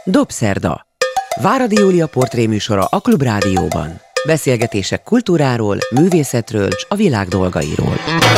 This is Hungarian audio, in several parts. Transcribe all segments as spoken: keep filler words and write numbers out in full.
Dobszerda. Váradi Júlia portréműsora a Klubrádióban. Beszélgetések kultúráról, művészetről és a világ dolgairól.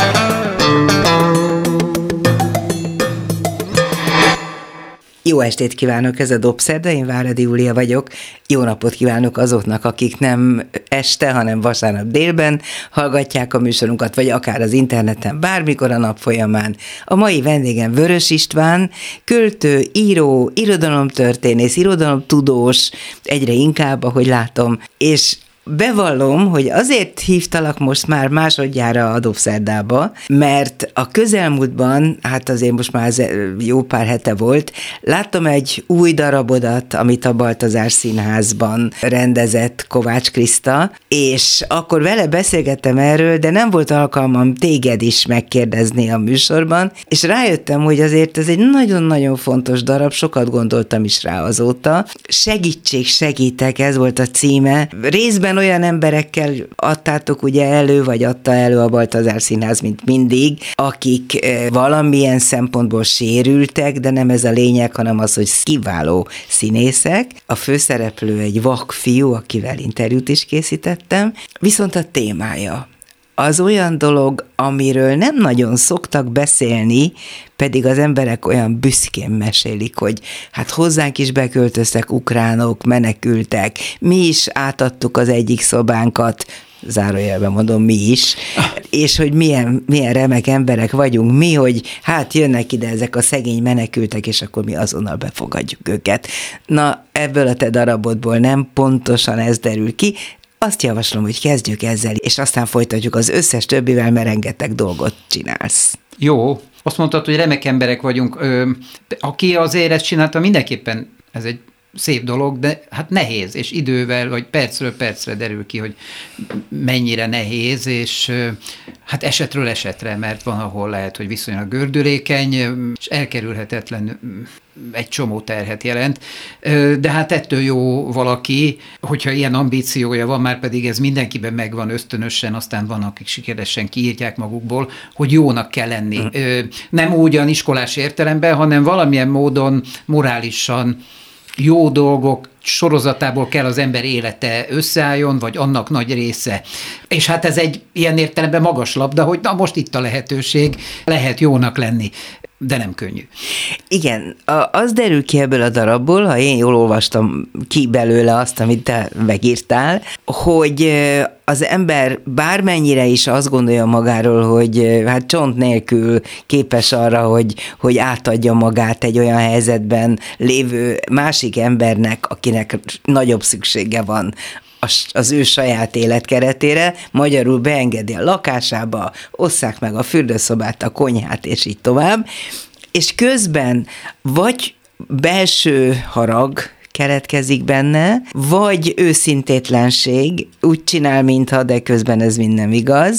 Jó estét kívánok, ez a Dobszerda, én Váradi Júlia vagyok. Jó napot kívánok azoknak, akik nem este, hanem vasárnap délben hallgatják a műsorunkat, vagy akár az interneten, bármikor a nap folyamán. A mai vendégem Vörös István, költő, író, irodalomtörténész, irodalomtudós, egyre inkább, ahogy látom, és bevallom, hogy azért hívtalak most már másodjára a Dobszerdába, mert a közelmúltban, hát azért most már ez jó pár hete volt, láttam egy új darabodat, amit a Baltazár Színházban rendezett Kovács Kriszta, és akkor vele beszélgettem erről, de nem volt alkalmam téged is megkérdezni a műsorban, és rájöttem, hogy azért ez egy nagyon-nagyon fontos darab, sokat gondoltam is rá azóta. Segítség, segítek, ez volt a címe. Részben olyan emberekkel adtátok ugye elő, vagy adta elő a Baltazár Színház, mint mindig, akik valamilyen szempontból sérültek, de nem ez a lényeg, hanem az, hogy kiváló színészek. A főszereplő egy vak fiú, akivel interjút is készítettem, viszont a témája az olyan dolog, amiről nem nagyon szoktak beszélni, pedig az emberek olyan büszkén mesélik, hogy hát hozzánk is beköltöztek ukránok, menekültek, mi is átadtuk az egyik szobánkat, zárójelben mondom, mi is, és hogy milyen, milyen remek emberek vagyunk mi, hogy hát jönnek ide ezek a szegény menekültek, és akkor mi azonnal befogadjuk őket. Na, ebből a te darabodból nem pontosan ez derül ki. Azt javaslom, hogy kezdjük ezzel, és aztán folytatjuk az összes többivel, mert rengeteg dolgot csinálsz. Jó, azt mondtad, hogy remek emberek vagyunk. Ö, aki azért ezt csinálta, mindenképpen ez egy szép dolog, de hát nehéz, és idővel, vagy percről percre derül ki, hogy mennyire nehéz, és hát esetről esetre, mert van, ahol lehet, hogy viszonylag gördülékeny, és elkerülhetetlen egy csomó terhet jelent, de hát ettől jó valaki, hogyha ilyen ambíciója van, már pedig ez mindenkiben megvan ösztönösen, aztán van, akik sikeresen kiírtják magukból, hogy jónak kell lenni. Mm. Nem ugyan iskolás értelemben, hanem valamilyen módon morálisan jó dolgok sorozatából kell az ember élete összeálljon, vagy annak nagy része. És hát ez egy ilyen értelemben magas labda, hogy na most itt a lehetőség, lehet jónak lenni, de nem könnyű. Igen, az derül ki ebből a darabból, ha én jól olvastam ki belőle azt, amit te megírtál, hogy az ember bármennyire is azt gondolja magáról, hogy hát csont nélkül képes arra, hogy, hogy átadja magát egy olyan helyzetben lévő másik embernek, akinek nagyobb szüksége van az ő saját életkeretére, magyarul beengedi a lakásába, osszák meg a fürdőszobát, a konyhát, és így tovább, és közben vagy belső harag keretkezik benne, vagy őszintétlenség, úgy csinál, mintha, de közben ez mind nem igaz,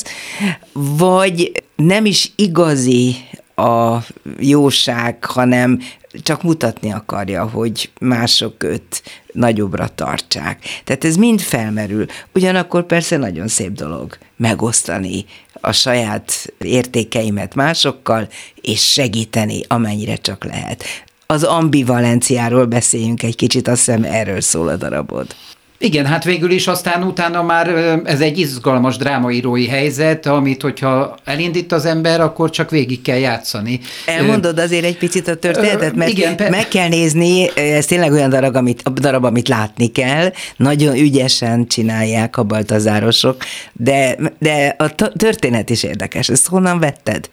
vagy nem is igazi a jóság, hanem csak mutatni akarja, hogy mások őt nagyobbra tartsák. Tehát ez mind felmerül. Ugyanakkor persze nagyon szép dolog megosztani a saját értékeimet másokkal, és segíteni, amennyire csak lehet. Az ambivalenciáról beszéljünk egy kicsit, azt hiszem erről szól a darabod. Igen, hát végül is aztán utána már ez egy izgalmas drámaírói helyzet, amit hogyha elindít az ember, akkor csak végig kell játszani. Elmondod azért egy picit a történetet, mert Igen, pe- meg kell nézni, ez tényleg olyan darab amit, a darab, amit látni kell, nagyon ügyesen csinálják a baltazárosok, de, de a történet is érdekes. Ezt honnan vetted?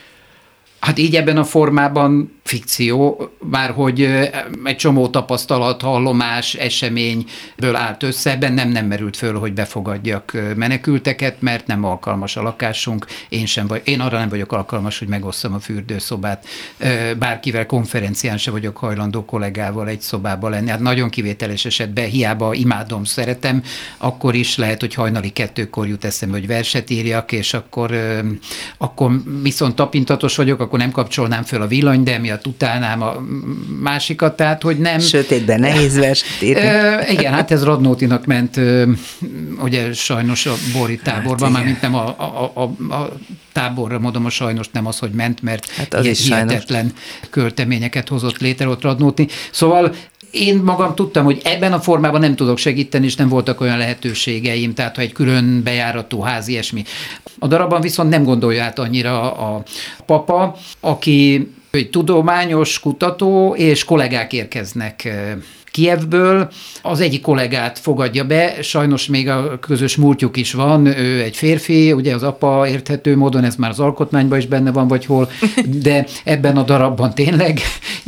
Hát így ebben a formában fikció, bár hogy egy csomó tapasztalat, hallomás, eseményből állt össze, bennem nem merült föl, hogy befogadjak menekülteket, mert nem alkalmas a lakásunk, én sem vagy, én arra nem vagyok alkalmas, hogy megosszam a fürdőszobát, bárkivel konferencián se vagyok hajlandó kollégával egy szobában lenni. Hát nagyon kivételes esetben, hiába imádom, szeretem, akkor is lehet, hogy hajnali kettőkor jut eszembe, hogy verset írjak, és akkor, akkor viszont tapintatos vagyok, akkor nem kapcsolnám föl a villany, de miatt utálnám a másikat, tehát, hogy nem... Sötétben nehéz verset írni. E, igen, hát ez Radnótinak ment, ugye sajnos a Bori táborban, hát, már mint nem a, a, a, a táborra, mondom, a sajnos nem az, hogy ment, mert hát az hihetetlen költeményeket hozott létre ott Radnóti. Szóval én magam tudtam, hogy ebben a formában nem tudok segíteni, és nem voltak olyan lehetőségeim, tehát ha egy külön bejáratú ház, ilyesmi. A darabban viszont nem gondolja át annyira a papa, aki egy tudományos kutató, és kollégák érkeznek Kijevből. Az egyik kollégát fogadja be, sajnos még a közös múltjuk is van, ő egy férfi, ugye az apa érthető módon, ez már az alkotmányban is benne van, vagy hol, de ebben a darabban tényleg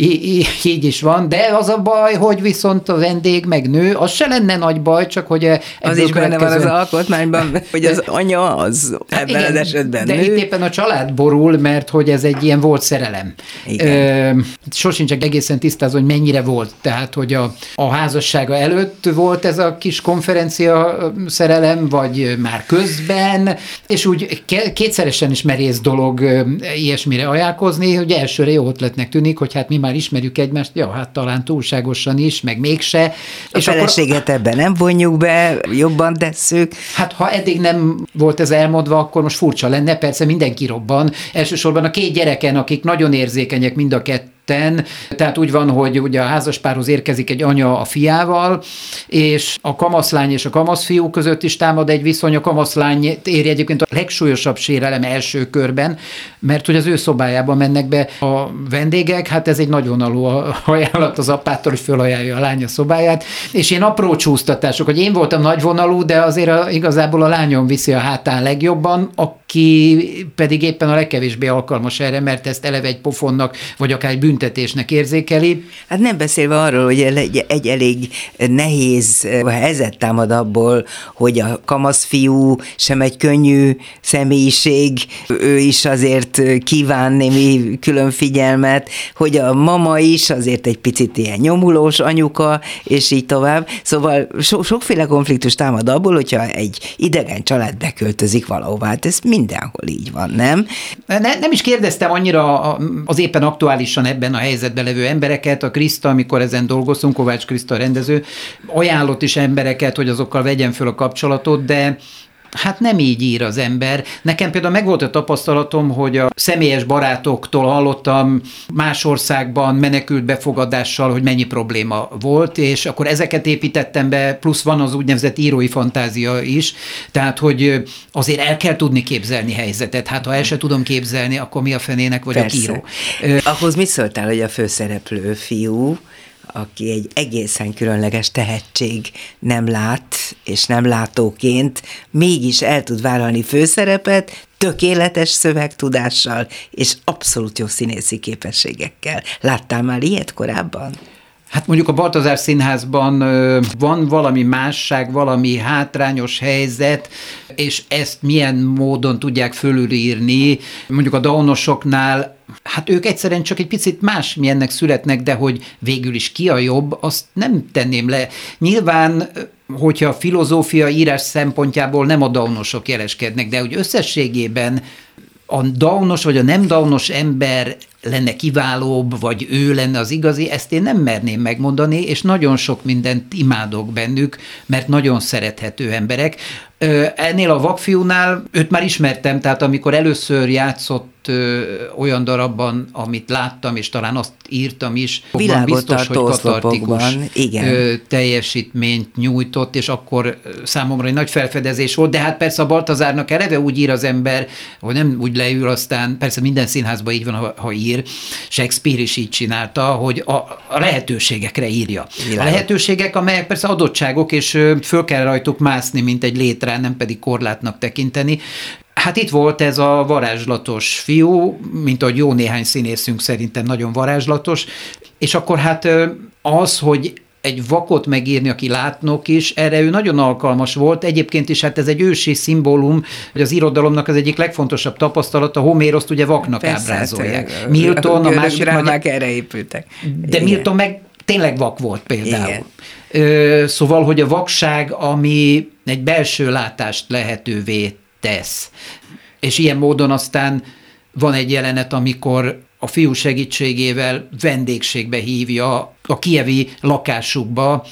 így is van, de az a baj, hogy viszont a vendég meg nő, az se lenne nagy baj, csak hogy az is benne van az alkotmányban, hogy az anya az hát ebben igen, az esetben de nő. itt éppen a család borul, mert hogy ez egy ilyen volt szerelem. Igen. Sosincsak egészen tisztázva, hogy mennyire volt, tehát hogy a A házassága előtt volt ez a kis konferencia szerelem, vagy már közben, és úgy kétszeresen is merész dolog ilyesmire ajánlkozni, hogy elsőre jó ötletnek tűnik, hogy hát mi már ismerjük egymást, ja, hát talán túlságosan is, meg mégse. A és feleséget akkor, ebben nem vonjuk be, jobban tesszük. Hát ha eddig nem volt ez elmondva, akkor most furcsa lenne, persze mindenki robban. Elsősorban a két gyereken, akik nagyon érzékenyek mind a kettő, tehát úgy van, hogy ugye a házaspárhoz érkezik egy anya a fiával, és a kamaszlány és a kamaszfiú között is támad egy viszony, a kamaszlány éri egyébként a legsúlyosabb sérelem első körben, mert hogy az ő szobájába mennek be a vendégek, hát ez egy nagyvonalú ajánlat az apától, hogy fölajánlja a lánya szobáját, és ilyen apró csúsztatások, hogy én voltam nagyvonalú, de azért a, igazából a lányom viszi a hátán legjobban, aki pedig éppen a legkevésbé alkalmas erre, mert ezt eleve egy pofonnak, vagy akár egy büntetésnek érzékeli. Hát nem beszélve arról, hogy egy, egy elég nehéz helyzet támad abból, hogy a kamaszfiú sem egy könnyű személyiség, ő is azért kíván némi külön figyelmet, hogy a mama is azért egy picit ilyen nyomulós anyuka, és így tovább. Szóval so, sokféle konfliktus támad abból, hogyha egy idegen család beköltözik valahová. Hát ez mindenhol így van, nem? Ne, nem is kérdeztem annyira az éppen aktuálisan ebben a helyzetben levő embereket, a Kriszta, amikor ezen dolgoztunk, Kovács Kriszta rendező, ajánlott is embereket, hogy azokkal vegyen föl a kapcsolatot, de hát nem így ír az ember. Nekem például megvolt a tapasztalatom, hogy a személyes barátoktól hallottam más országban menekült befogadással, hogy mennyi probléma volt, és akkor ezeket építettem be, plusz van az úgynevezett írói fantázia is, tehát hogy azért el kell tudni képzelni helyzetet. Hát ha el se tudom képzelni, akkor mi a fenének vagyok író. Ahhoz mit szóltál, hogy a főszereplő fiú, aki egy egészen különleges tehetség, nem lát, és nem látóként, mégis el tud vállalni főszerepet, tökéletes szövegtudással, és abszolút jó színészi képességekkel. Láttál már ilyet korábban? Hát mondjuk a Baltazár Színházban ö, van valami másság, valami hátrányos helyzet, és ezt milyen módon tudják fölülírni. Mondjuk a Downosoknál, hát ők egyszerűen csak egy picit másmilyennek születnek, de hogy végül is ki a jobb, azt nem tenném le. Nyilván, hogyha a filozófia írás szempontjából nem a Downosok jeleskednek, de hogy összességében a Downos vagy a nem Downos ember lenne kiválóbb, vagy ő lenne az igazi, ezt én nem merném megmondani, és nagyon sok mindent imádok bennük, mert nagyon szerethető emberek. Ennél a vakfiúnál őt már ismertem, tehát amikor először játszott ö, olyan darabban, amit láttam, és talán azt írtam is, biztos, hogy katartikus ö, teljesítményt nyújtott, és akkor számomra egy nagy felfedezés volt, de hát persze a Baltazárnak eleve úgy ír az ember, hogy nem úgy leül, aztán persze minden színházban így van, ha, ha ír. Shakespeare is így csinálta, hogy a, a lehetőségekre írja. Világos. A lehetőségek, amelyek persze adottságok, és ö, föl kell rajtuk mászni, mint egy létre, nem pedig korlátnak tekinteni. Hát itt volt ez a varázslatos fiú, mint ahogy jó néhány színészünk szerintem nagyon varázslatos, és akkor hát az, hogy egy vakot megírni, aki látnok is, erre ő nagyon alkalmas volt. Egyébként is hát ez egy ősi szimbólum, hogy az irodalomnak az egyik legfontosabb tapasztalata, Homéroszt ugye vaknak persze, ábrázolják. Hát, Milton, a másik drámák erre épültek. De igen. Milton meg tényleg vak volt például. Igen. Szóval, hogy a vakság, ami egy belső látást lehetővé tesz. És ilyen módon aztán van egy jelenet, amikor a fiú segítségével vendégségbe hívja a kijevi lakásukba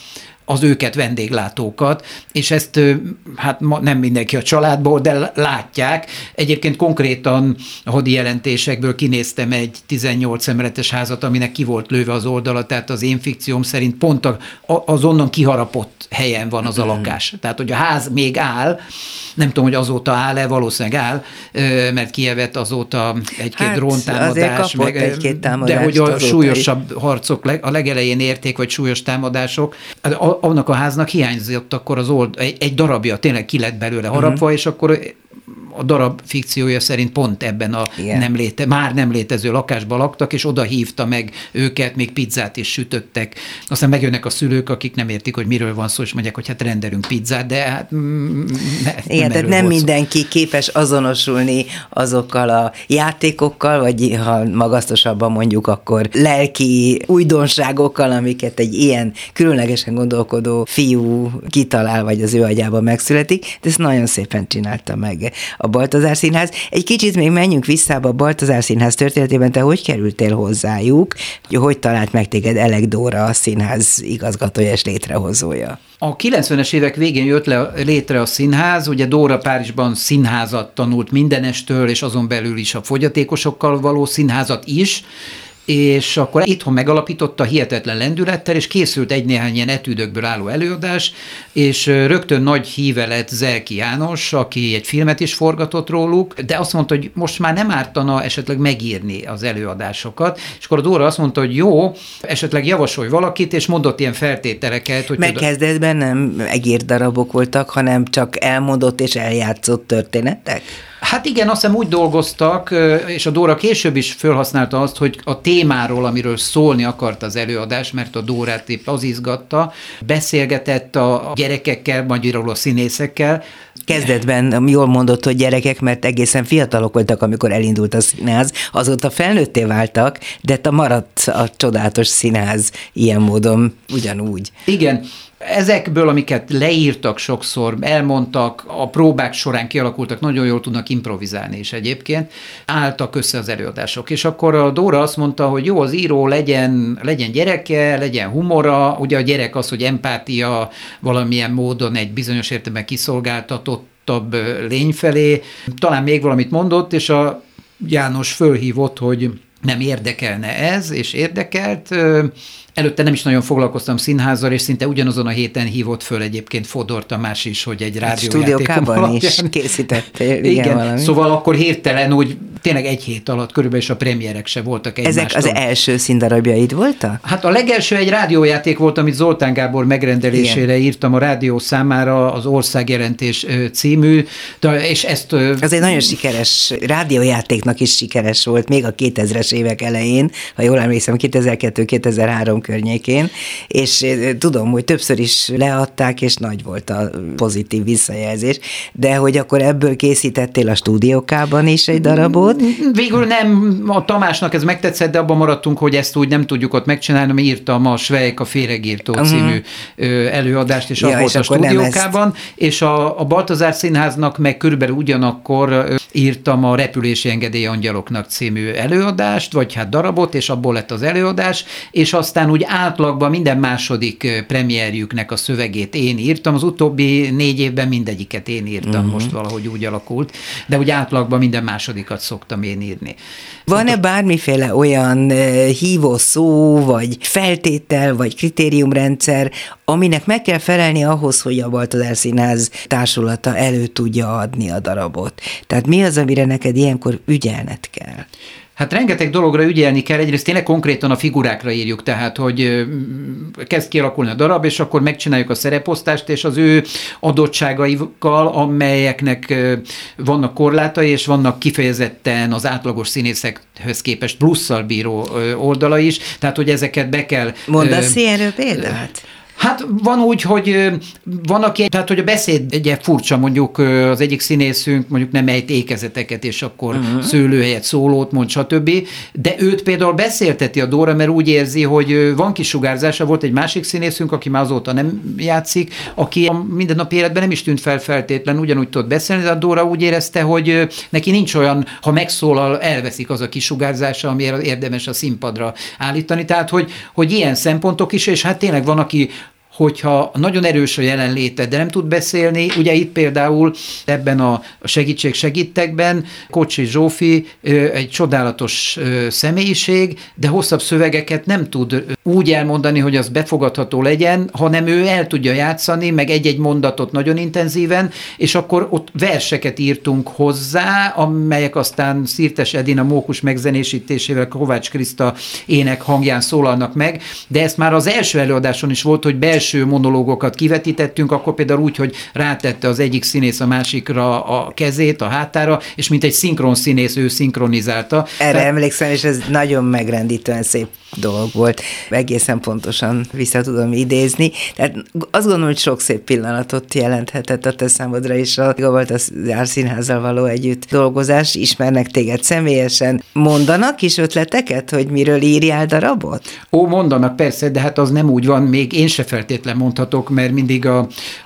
az őket vendéglátókat, és ezt hát nem mindenki a családból, de látják. Egyébként konkrétan a hadi jelentésekből kinéztem egy tizennyolc emeletes házat, aminek ki volt lőve az oldala, tehát az én fikcióm szerint pont a, az onnan kiharapott helyen van az a lakás. Tehát, hogy a ház még áll, nem tudom, hogy azóta áll-e, valószínűleg áll, mert Kijevet azóta egy-két hát, dróntámadás, meg, egy-két de hogy a súlyosabb is. harcok a legelején érték, vagy súlyos támadások, annak a háznak hiányzott akkor az old, egy, egy darabja, tényleg ki lett belőle harapva, uh-huh. és akkor a darab fikciója szerint pont ebben a nem léte, már nem létező lakásban laktak, és oda hívta meg őket, még pizzát is sütöttek. Aztán megjönnek a szülők, akik nem értik, hogy miről van szó, és mondják, hogy hát rendelünk pizzát, de hát mm, ne, igen, nem tehát nem mindenki szó. képes azonosulni azokkal a játékokkal, vagy ha magasztosabban mondjuk, akkor lelki újdonságokkal, amiket egy ilyen különlegesen gondolkodó fiú kitalál, vagy az ő agyában megszületik, de ezt nagyon szépen csinálta meg a Balthazar Színház. Egy kicsit még menjünk vissza a Balthazar Színház történetében, te hogy kerültél hozzájuk, hogy talált meg téged Elek Dóra, a színház igazgatója és létrehozója? A kilencvenes évek végén jött le, létre a színház, ugye Dóra Párizsban színházat tanult mindenestől, és azon belül is a fogyatékosokkal való színházat is, és akkor itthon megalapította hihetetlen lendülettel, és készült egy-néhány ilyen etüdökből álló előadás, és rögtön nagy híve lett Zelki János, aki egy filmet is forgatott róluk, de azt mondta, hogy most már nem ártana esetleg megírni az előadásokat, és akkor a Dóra azt mondta, hogy jó, esetleg javasolj valakit, és mondott ilyen feltételeket. Hogy Megkezdetben nem egér darabok voltak, hanem csak elmondott és eljátszott történetek? Hát igen, azt hiszem úgy dolgoztak, és a Dóra később is felhasználta azt, hogy a témáról, amiről szólni akart az előadás, mert a Dórát épp az izgatta, beszélgetett a gyerekekkel, magyarul a színészekkel. Kezdetben jól mondott, hogy gyerekek, mert egészen fiatalok voltak, amikor elindult a színház, azóta felnőtté váltak, de te maradt a csodálatos színház ilyen módon ugyanúgy. Igen. Ezekből, amiket leírtak sokszor, elmondtak, a próbák során kialakultak, nagyon jól tudnak improvizálni is egyébként, álltak össze az előadások. És akkor a Dóra azt mondta, hogy jó, az író legyen, legyen gyereke, legyen humora, ugye a gyerek az, hogy empátia valamilyen módon egy bizonyos értelemben kiszolgáltatottabb lény felé. Talán még valamit mondott, és a János fölhívott, hogy nem érdekelne ez, és érdekelt. Előtte nem is nagyon foglalkoztam színházzal, és szinte ugyanazon a héten hívott föl egyébként Fodor Tamás is, hogy egy rádiójátékon stúdiókában is készítettél. Igen, igen valami. Szóval akkor hirtelen úgy tényleg egy hét alatt körülbelül is a premierek se voltak egymástól. Ezek az első színdarabjaid voltak? Hát a legelső egy rádiójáték volt, amit Zoltán Gábor megrendelésére igen. írtam a rádió számára, az Országjelentés című, és ezt... Az egy nagyon sikeres rádiójátéknak is sikeres volt, még a kétezres évek elején, ha jól emlékszem, kétezer-kettő kétezer-három környékén, és tudom, hogy többször is leadták, és nagy volt a pozitív visszajelzés, de hogy akkor ebből készítettél a stúdiókában is egy darabot? Végül nem, a Tamásnak ez megtetszett, de abban maradtunk, hogy ezt úgy nem tudjuk ott megcsinálni, mert írtam a Svejk, a Féregírtó című uh-huh. előadást, és ja, az volt a stúdiókában, és a, a Balthazar Színháznak meg körülbelül ugyanakkor írtam a Repülési engedély angyaloknak című előadást, vagy hát darabot, és abból lett az előadás, és aztán úgy átlagban minden második premierjüknek a szövegét én írtam, az utóbbi négy évben mindegyiket én írtam, uh-huh. most valahogy úgy alakult, de úgy átlagban minden másodikat szoktam én írni. Van-e bármiféle olyan hívó szó, vagy feltétel, vagy kritériumrendszer, aminek meg kell felelni ahhoz, hogy a Balthazar Színház társulata elő tudja adni a darabot? Tehát mi az, amire neked ilyenkor ügyelned kell? Hát rengeteg dologra ügyelni kell, egyrészt tényleg konkrétan a figurákra írjuk, tehát, hogy kezd kialakulni a darab, és akkor megcsináljuk a szereposztást, és az ő adottságaikkal, amelyeknek vannak korlátai, és vannak kifejezetten az átlagos színészekhez képest plusszal bíró oldala is, tehát, hogy ezeket be kell... Mondasz ilyenről példát? Hát van úgy, hogy van, aki, tehát hogy a beszéd egy furcsa, mondjuk az egyik színészünk mondjuk nem ejt ékezeteket, és akkor uh-huh. szőlő helyett szólót mond, stb. De őt például beszélteti a Dóra, mert úgy érzi, hogy van kisugárzása. Volt egy másik színészünk, aki már azóta nem játszik, aki a mindennapi életben nem is tűnt fel feltétlen, ugyanúgy tudott beszélni, de a Dóra úgy érezte, hogy neki nincs olyan, ha megszólal, elveszik az a kisugárzása, amire érdemes a színpadra állítani. Tehát, hogy, hogy ilyen szempontok is, és hát tényleg van, aki hogyha nagyon erős a jelenléte, de nem tud beszélni, ugye itt például ebben a segítség segítekben Kocsis Zsófi egy csodálatos személyiség, de hosszabb szövegeket nem tud úgy elmondani, hogy az befogadható legyen, hanem ő el tudja játszani, meg egy-egy mondatot nagyon intenzíven, és akkor ott verseket írtunk hozzá, amelyek aztán Szirtes Edina mókus megzenésítésével Kovács Kriszta ének hangján szólalnak meg, de ezt már az első előadáson is volt, hogy belső monológokat kivetítettünk, akkor például úgy, hogy rátette az egyik színész a másikra a kezét a hátára, és mint egy szinkron színész ő szinkronizálta. Erre Tehát... emlékszem, és ez nagyon megrendítően szép dolog volt. Egészen pontosan vissza tudom idézni. Tehát azt gondolom, hogy sok szép pillanatot jelenthetett a te számodra is a Gabalta Színházzal való együtt dolgozás. Ismernek téged személyesen. Mondanak is ötleteket, hogy miről írjál darabot? Ó, mondanak persze, de hát az nem úgy van, még én se feltétlen mondhatok, mert mindig a,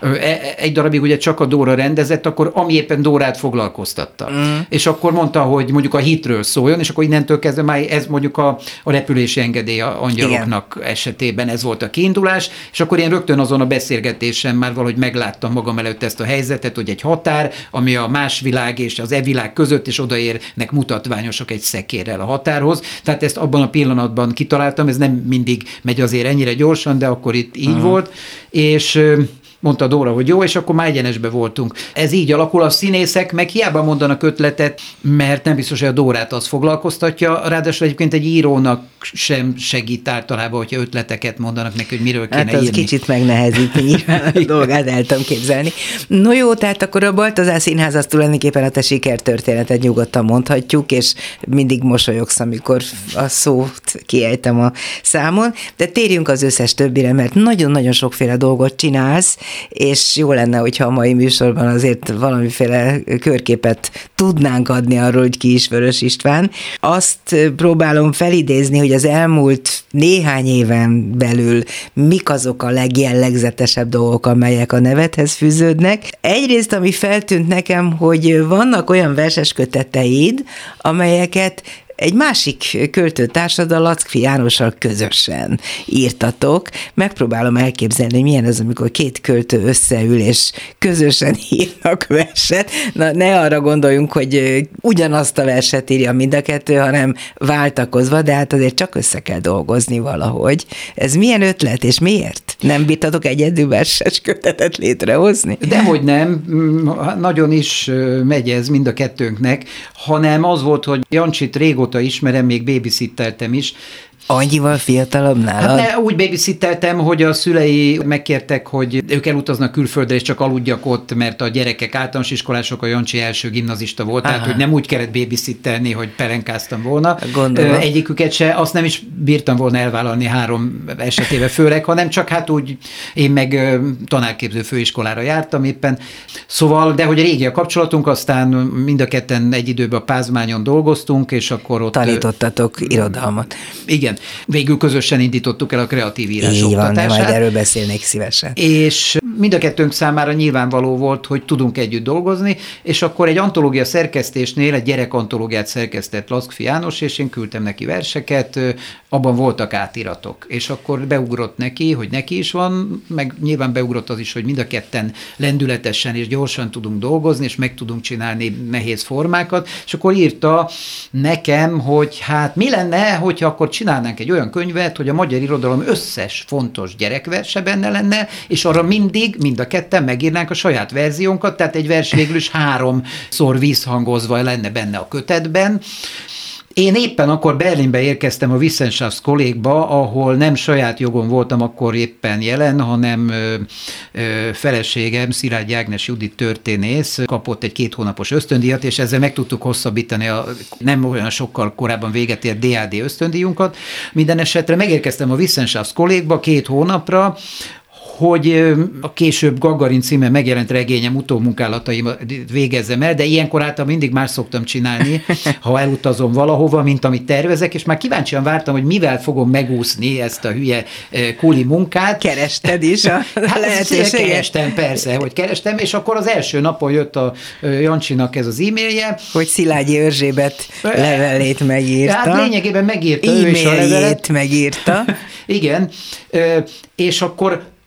egy darabig ugye csak a Dóra rendezett, akkor ami éppen Dórát foglalkoztatta. Mm. És akkor mondta, hogy mondjuk a hitről szóljon, és akkor innentől kezdve már ez mondjuk a, a repülési engedély a angyaloknak igen. esetében ez volt a kiindulás, és akkor én rögtön azon a beszélgetésen már valahogy megláttam magam előtt ezt a helyzetet, hogy egy határ, ami a más világ és az e világ között, és odaérnek mutatványosok egy szekérrel a határhoz. Tehát ezt abban a pillanatban kitaláltam, ez nem mindig megy azért ennyire gyorsan, de akkor itt így uh-huh. volt, és mondta Dóra, hogy jó, és akkor már egyenesbe voltunk. Ez így alakul, a színészek meg hiába mondanak ötletet, mert nem biztos, hogy a Dórát az foglalkoztatja, ráadásul egyébként egy írónak sem segít általában, hogyha ötleteket mondanak neki, hogy miről kéne hát az írni. Kicsit megnehezíti nyilván a dolgát, el tudom képzelni. No jó, tehát akkor a Baltazár Színház az tulajdonképpen a te sikertörténetet nyugodtan mondhatjuk, és mindig mosolyogsz, amikor a szót kiejtem a számon, de térjünk az összes többire, mert nagyon-nagyon sokféle dolgot csinálsz, és jó lenne, hogyha a mai műsorban azért valamiféle körképet tudnánk adni arról, hogy ki is Vörös István. Azt próbálom felidézni, hogy az elmúlt néhány éven belül mik azok a legjellegzetesebb dolgok, amelyek a nevedhez fűződnek. Egyrészt, ami feltűnt nekem, hogy vannak olyan versesköteteid, amelyeket egy másik költőtársad, a Lackfi Jánossal közösen írtatok. Megpróbálom elképzelni, hogy milyen ez, amikor két költő összeül, és közösen írnak verset. Na, ne arra gondoljunk, hogy ugyanazt a verset írja mind a kettő, hanem váltakozva, de hát azért csak össze kell dolgozni valahogy. Ez milyen ötlet, és miért? Nem bírtatok egyedül verses kötetet létrehozni? Dehogy nem, nagyon is megy ez mind a kettőnknek, hanem az volt, hogy Jancsit régóta ismerem, még babysitteltem is. Annyival fiatalabb nálad? Hát ne, úgy babysitteltem, hogy a szülei megkértek, hogy ők elutaznak külföldre, és csak aludjak ott, mert a gyerekek általános iskolások, a Jancsi első gimnazista volt, aha. Tehát hogy nem úgy kellett babysittelni, hogy pelenkáztam volna. Gondolom. Egyiküket se, azt nem is bírtam volna elvállalni három esetében főleg, hanem csak hát úgy én meg tanárképző főiskolára jártam éppen. Szóval, de hogy régi a kapcsolatunk, aztán mind a ketten egy időben a Pázmányon dolgoztunk, és akkor ott... Tanítottatok irodalmat. Igen. Végül közösen indítottuk el a kreatív írás Így van, oktatását. majd erről beszélnék szívesen. És mind a kettőnk számára nyilvánvaló volt, hogy tudunk együtt dolgozni, és akkor egy antológia szerkesztésnél egy gyerekantológiát szerkesztett Lackfi János, és én küldtem neki verseket, abban voltak átiratok. És akkor beugrott neki, hogy neki is van, meg nyilván beugrott az is, hogy mind a ketten lendületesen és gyorsan tudunk dolgozni, és meg tudunk csinálni nehéz formákat, és akkor írta nekem, hogy hát mi lenne, hogyha akkor csinálnánk egy olyan könyvet, hogy a magyar irodalom összes fontos gyerekverse benne lenne, és arra mindig, mind a ketten megírnánk a saját verziónkat, tehát egy vers végül is háromszor visszhangozva lenne benne a kötetben. Én éppen akkor Berlinbe érkeztem a Wissenschaftskollégiumba, ahol nem saját jogon voltam akkor éppen jelen, hanem ö, ö, feleségem, Szilágyi Ágnes Judit történész kapott egy két hónapos ösztöndíjat, és ezzel meg tudtuk hosszabbítani a nem olyan sokkal korábban véget ért dé á dé ösztöndíjunkat. Minden esetre megérkeztem a Wissenschaftskollégiumba két hónapra, hogy a később Gagarin címen megjelent regényem utómunkálataim végezzem el, de ilyenkor által mindig más szoktam csinálni, ha elutazom valahova, mint amit tervezek, és már kíváncsian vártam, hogy mivel fogom megúszni ezt a hülye kuli munkát. Kerested is a hát lehetőséget? Kerestem, persze, hogy kerestem, és akkor az első napon jött a Jancsinak ez az e-mailje. Hogy Szilágyi Erzsébet levelét megírta. Hát lényegében megírta ő is a levelet. megírta. Igen, és akkor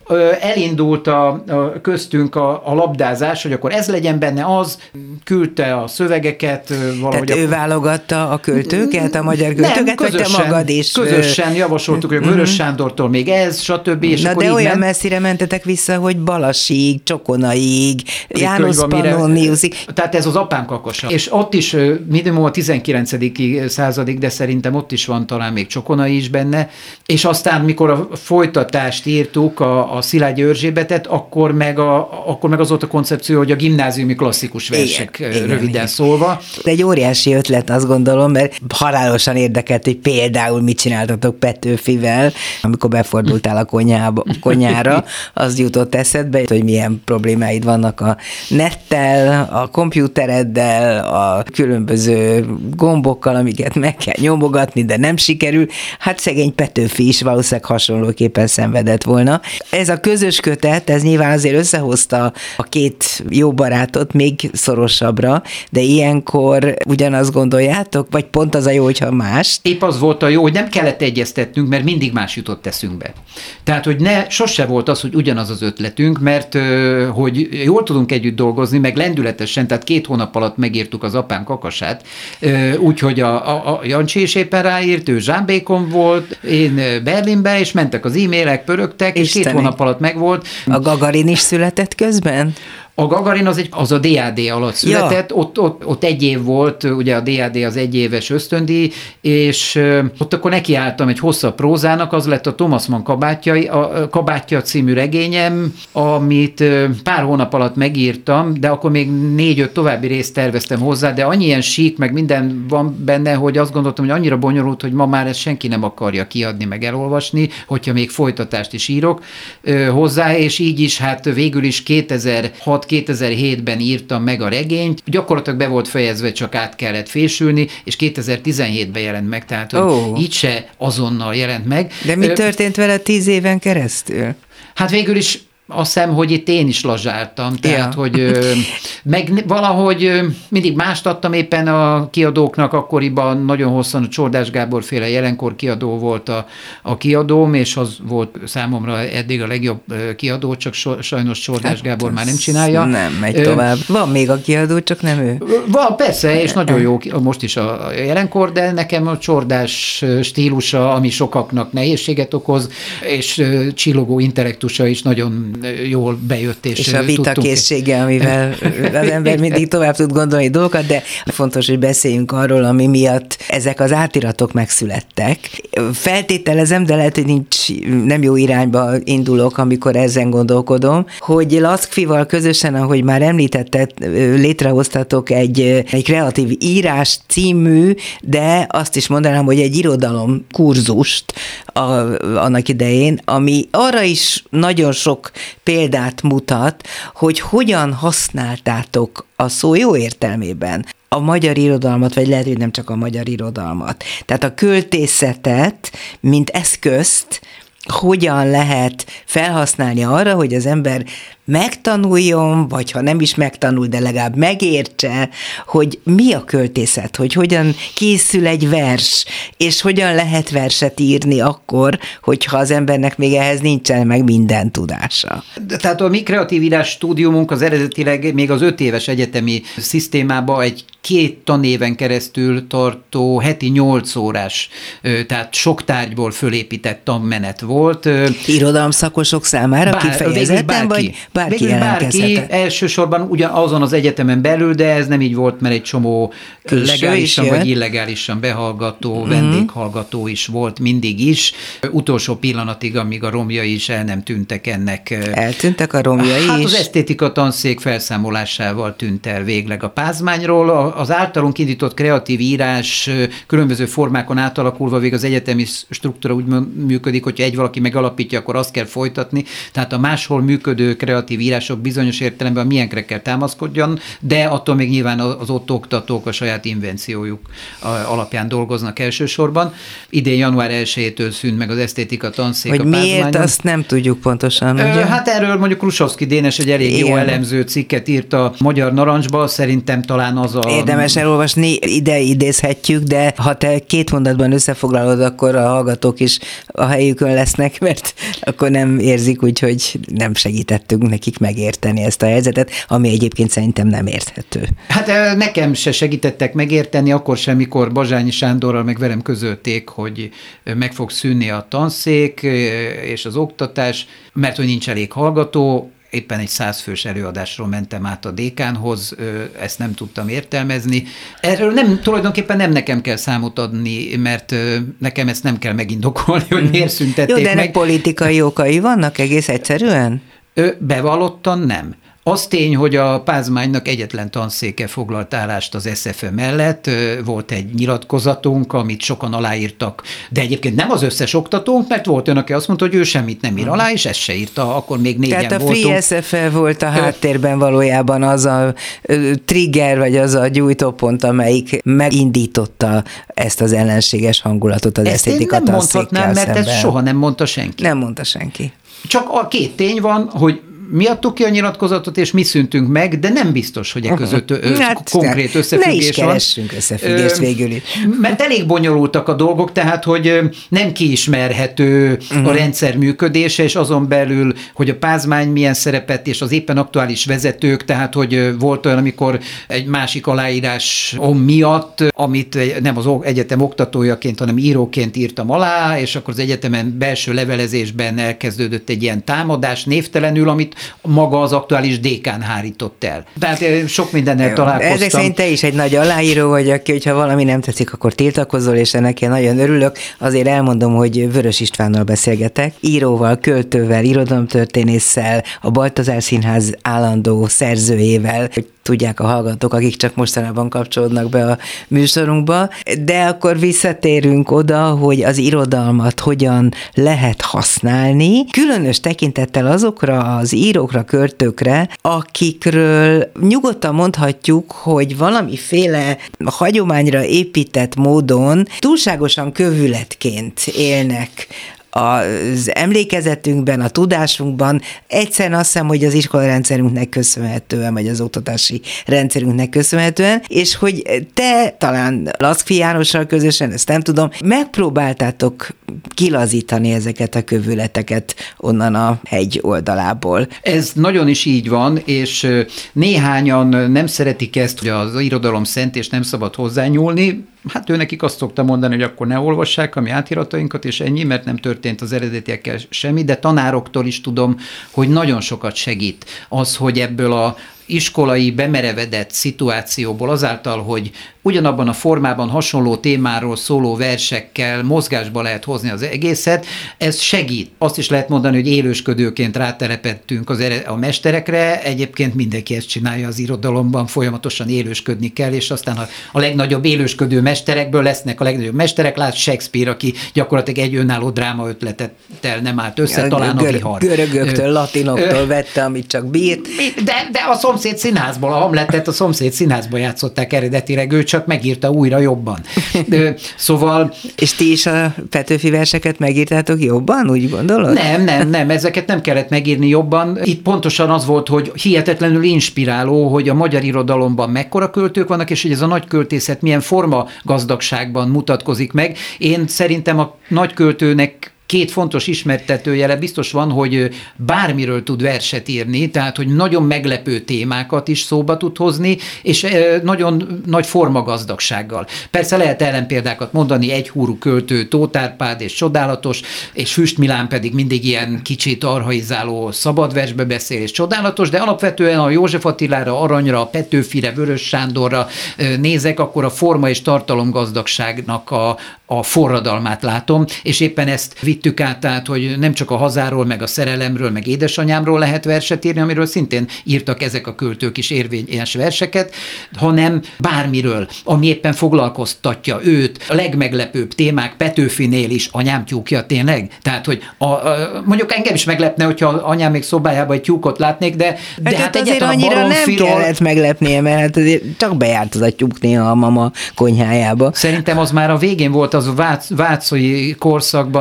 elindult a, a köztünk a, a labdázás, hogy akkor ez legyen benne az, küldte a szövegeket valahogy. Tehát ő válogatta a költőket, a magyar költőket, nem, közösen, vagy te magad is? Közösen javasoltuk, hogy a Vörös Sándortól még ez, stb. És Na akkor de olyan ment. messzire mentetek vissza, hogy Balasig, Csokonaig, János Pannoniusig. Tehát ez az apám kakasa. És ott is minimum a tizenkilencedik századig, de szerintem ott is van talán még Csokona is benne. És aztán, mikor a folytatást írtuk, a, a Szilágyi Erzsébetet, akkor meg, a, akkor meg az volt a koncepció, hogy a gimnáziumi klasszikus versek, igen, röviden igen, igen. szólva. De egy óriási ötlet, azt gondolom, mert halálosan érdekelt, hogy például mit csináltatok Petőfivel, amikor befordultál a konyhába, konyhára, az jutott eszedbe, hogy milyen problémáid vannak a nettel, a kompjútereddel, a különböző gombokkal, amiket meg kell nyomogatni, de nem sikerül. Hát szegény Petőfi is valószínűleg hasonlóképpen szenvedett volna. Ez a közös kötet, ez nyilván azért összehozta a két jó barátot még szorosabbra, de ilyenkor ugyanazt gondoljátok, vagy pont az a jó, hogyha más? Épp az volt a jó, hogy nem kellett egyeztetnünk, mert mindig más jutott eszünkbe. Tehát, hogy ne, sose volt az, hogy ugyanaz az ötletünk, mert hogy jól tudunk együtt dolgozni, meg lendületesen, tehát két hónap alatt megírtuk az apám kakasát, úgyhogy a, a, a Jancsi is éppen ráírt, ő Zsámbékon volt, én Berlinbe, és mentek az e-mailek, pörögtek, és két hónap alatt megvolt. A Gagarin is született közben? A Gagarin az, egy, az a dé á dé alatt született, ja. ott, ott, ott egy év volt, ugye a dé á dé az egy éves ösztöndíj, és ott akkor nekiálltam egy hosszabb prózának, az lett a Thomas Mann kabátja, a Kabátja című regényem, amit pár hónap alatt megírtam, de akkor még négy-öt további részt terveztem hozzá, de annyi ilyen sík, meg minden van benne, hogy azt gondoltam, hogy annyira bonyolult, hogy ma már ezt senki nem akarja kiadni, meg elolvasni, hogyha még folytatást is írok hozzá, és így is, hát végül is kétezer-hat kétezer-hétben írtam meg a regényt, gyakorlatilag be volt fejezve, csak át kellett fésülni, és kétezer-tizenhétben jelent meg, tehát hogy oh. így se azonnal jelent meg. De mi történt vele tíz éven keresztül? Hát végül is azt hiszem, hogy itt én is lazsáltam, tehát, ja. hogy meg valahogy mindig mást adtam éppen a kiadóknak, akkoriban nagyon hosszan a Csordás Gábor féle jelenkor kiadó volt a, a kiadóm, és az volt számomra eddig a legjobb kiadó, csak sajnos Csordás hát Gábor már nem csinálja. Nem megy tovább. Van még a kiadó, csak nem ő. Van, persze, és nagyon jó most is a jelenkor, de nekem a Csordás stílusa, ami sokaknak nehézséget okoz, és csillogó intellektusa is nagyon jól bejött, és, és a vitakészsége, amivel az ember mindig tovább tud gondolni dolgokat, de fontos, hogy beszéljünk arról, ami miatt ezek az átiratok megszülettek. Feltételezem, de lehet, hogy nincs, nem jó irányba indulok, amikor ezen gondolkodom, hogy Laszkfival közösen, ahogy már említetted, létrehoztatok egy, egy kreatív írás című, de azt is mondanám, hogy egy irodalom kurzust a, annak idején, ami arra is nagyon sok példát mutat, hogy hogyan használtátok a szó jó értelmében a magyar irodalmat, vagy lehet, hogy nem csak a magyar irodalmat. Tehát a költészetet, mint eszközt, hogyan lehet felhasználni arra, hogy az ember megtanuljon, vagy ha nem is megtanul, de legalább megértse, hogy mi a költészet, hogy hogyan készül egy vers, és hogyan lehet verset írni akkor, hogyha az embernek még ehhez nincsen meg minden tudása. Tehát a mi kreatív írás stúdiumunk az eredetileg még az öt éves egyetemi szisztémában egy két tanéven keresztül tartó heti nyolc órás, tehát sok tárgyból fölépített tanmenet volt. Irodalomszakosok számára Bár, kifejezetten, vagy bárki jelentkezhetett? Bárki, elsősorban ugyan azon az egyetemen belül, de ez nem így volt, mert egy csomó Külső legálisan vagy illegálisan behallgató, mm-hmm. vendéghallgató is volt mindig is. Utolsó pillanatig, amíg a romjai is el nem tűntek ennek. Eltűntek a romjai hát is? Az esztétika tanszék felszámolásával tűnt el végleg a Pázmányról. Az általunk indított kreatív írás különböző formákon átalakulva végig az egyetemi struktúra úgy működik, hogyha egy valaki megalapítja, akkor azt kell folytatni. Tehát a máshol működő kreatív írások bizonyos értelemben a milyenkre kell támaszkodjon, de attól még nyilván az ott oktatók a saját invenciójuk alapján dolgoznak elsősorban. Idén január elsejétől szűnt meg az esztétika tanszék hogy a Pázmányon. Miért, azt nem tudjuk pontosan. Ö, hát erről mondjuk Krusovszki Dénes egy elég Igen. jó elemző cikket írt a Magyar Narancsba, szerintem talán az a... Érdemes elolvasni, ide idézhetjük, de ha te két mondatban összefoglalod, akkor a hallgatók is a helyükön lesznek. lesznek, mert akkor nem érzik úgy, hogy nem segítettünk nekik megérteni ezt a helyzetet, ami egyébként szerintem nem érthető. Hát nekem se segítettek megérteni, akkor sem, mikor Bazsányi Sándorral meg velem közölték, hogy meg fog szűnni a tanszék és az oktatás, mert hogy nincs elég hallgató. Éppen egy százfős előadásról mentem át a dékánhoz, ezt nem tudtam értelmezni. Erről nem, tulajdonképpen nem nekem kell számot adni, mert nekem ezt nem kell megindokolni, hogy miért szüntették meg. Jó, de meg. politikai okai vannak egész egyszerűen? Bevallottan nem. Az tény, hogy a Pázmánynak egyetlen tanszéke foglalt állást az es ef e mellett, volt egy nyilatkozatunk, amit sokan aláírtak, de egyébként nem az összes oktatónk, mert volt ön, aki azt mondta, hogy ő semmit nem ír alá, és ezt se írta, akkor még négyen voltunk. Tehát a voltunk. Free es ef e volt a háttérben valójában az a trigger, vagy az a gyújtópont, amelyik megindította ezt az ellenséges hangulatot az esztétika tanszékkel szemben. Ezt én nem mondhatnám, mert ezt soha nem mondta senki. Nem mondta senki. Csak a két tény van, hogy mi adtuk ki a nyilatkozatot, és mi szűntünk meg, de nem biztos, hogy e között ö, hát, konkrét összefüggés van. Ne is keressünk összefüggést végül is. Mert elég bonyolultak a dolgok, tehát, hogy nem kiismerhető uh-huh. a rendszer működése, és azon belül, hogy a Pázmány milyen szerepet, és az éppen aktuális vezetők, tehát, hogy volt olyan, amikor egy másik aláírás miatt, amit nem az egyetem oktatójaként, hanem íróként írtam alá, és akkor az egyetemen belső levelezésben elkezdődött egy ilyen támadás névtelenül, amit maga az aktuális dékán hárított el. Tehát sok mindennel találkoztam. Ezek szerint te is egy nagy aláíró vagy, aki, hogyha valami nem tetszik, akkor tiltakozol, és ennek én nagyon örülök. Azért elmondom, hogy Vörös Istvánnal beszélgetek, íróval, költővel, irodalomtörténésszel, a Baltazár Színház állandó szerzőjével, hogy tudják a hallgatók, akik csak mostanában kapcsolódnak be a műsorunkba, de akkor visszatérünk oda, hogy az irodalmat hogyan lehet használni, különös tekintettel azokra az írókra, költőkre, akikről nyugodtan mondhatjuk, hogy valamiféle hagyományra épített módon túlságosan kövületként élnek az emlékezetünkben, a tudásunkban. Egyszerűen azt hiszem, hogy az iskolarendszerünknek köszönhetően, vagy az oktatási rendszerünknek köszönhetően, és hogy te talán Laszkfi Jánossal közösen, ezt nem tudom, megpróbáltátok kilazítani ezeket a kövületeket onnan a hegy oldalából. Ez nagyon is így van, és néhányan nem szeretik ezt, hogy az irodalom szent, és nem szabad hozzányúlni. Hát ő nekik azt szokta mondani, hogy akkor ne olvassák a mi átiratainkat, és ennyi, mert nem történt az eredetiekkel semmi, de tanároktól is tudom, hogy nagyon sokat segít az, hogy ebből a iskolai bemerevedett szituációból azáltal, hogy ugyanabban a formában hasonló témáról szóló versekkel mozgásba lehet hozni az egészet, ez segít. Azt is lehet mondani, hogy élősködőként rátelepettünk az ere- a mesterekre, egyébként mindenki ezt csinálja az irodalomban, folyamatosan élősködni kell, és aztán a, a legnagyobb élősködő mesterekből lesznek a legnagyobb mesterek, lát Shakespeare, aki gyakorlatilag egy önálló dráma ötletettel nem állt össze, ja, talán gör- a vihar. Görögöktől, latinoktól vette, amit csak bírt. De, de a szomszéd színházból, a Hamletet a szomszéd színházból játszották eredetileg, ő csak megírta újra jobban. Szóval... És ti is a Petőfi verseket megírtátok jobban, úgy gondolod? Nem, nem, nem, ezeket nem kellett megírni jobban. Itt pontosan az volt, hogy hihetetlenül inspiráló, hogy a magyar irodalomban mekkora költők vannak, és hogy ez a nagy költészet milyen forma gazdagságban mutatkozik meg. Én szerintem a nagy költőnek két fontos ismertetőjele biztos van, hogy bármiről tud verset írni, tehát, hogy nagyon meglepő témákat is szóba tud hozni, és nagyon nagy formagazdagsággal. Persze lehet ellenpéldákat mondani, egy húrú költő, Tóth Árpád és csodálatos, és Füst Milán pedig mindig ilyen kicsit arhaizáló szabadversbe beszél, és csodálatos, de alapvetően a József Attilára, Aranyra, a Petőfire, Vörös Sándorra nézek, akkor a forma és tartalomgazdagságnak a, a forradalmát látom, és éppen ezt vittük át, tehát, hogy nem csak a hazáról, meg a szerelemről, meg édesanyámról lehet verset írni, amiről szintén írtak ezek a költők is érvényes verseket, hanem bármiről, ami éppen foglalkoztatja őt, a legmeglepőbb témák, Petőfinél is, anyám tyúkja tényleg? Tehát, hogy a, a, mondjuk engem is meglepne, hogyha anyám még szobájában egy tyúkot látnék, de, de hát, hát azért annyira nem kellett meglepnie, mert hát azért csak bejárt az a tyúk néha a mama konyhájába. Szerintem az már a végén volt, az a vác, vácai korszakban született,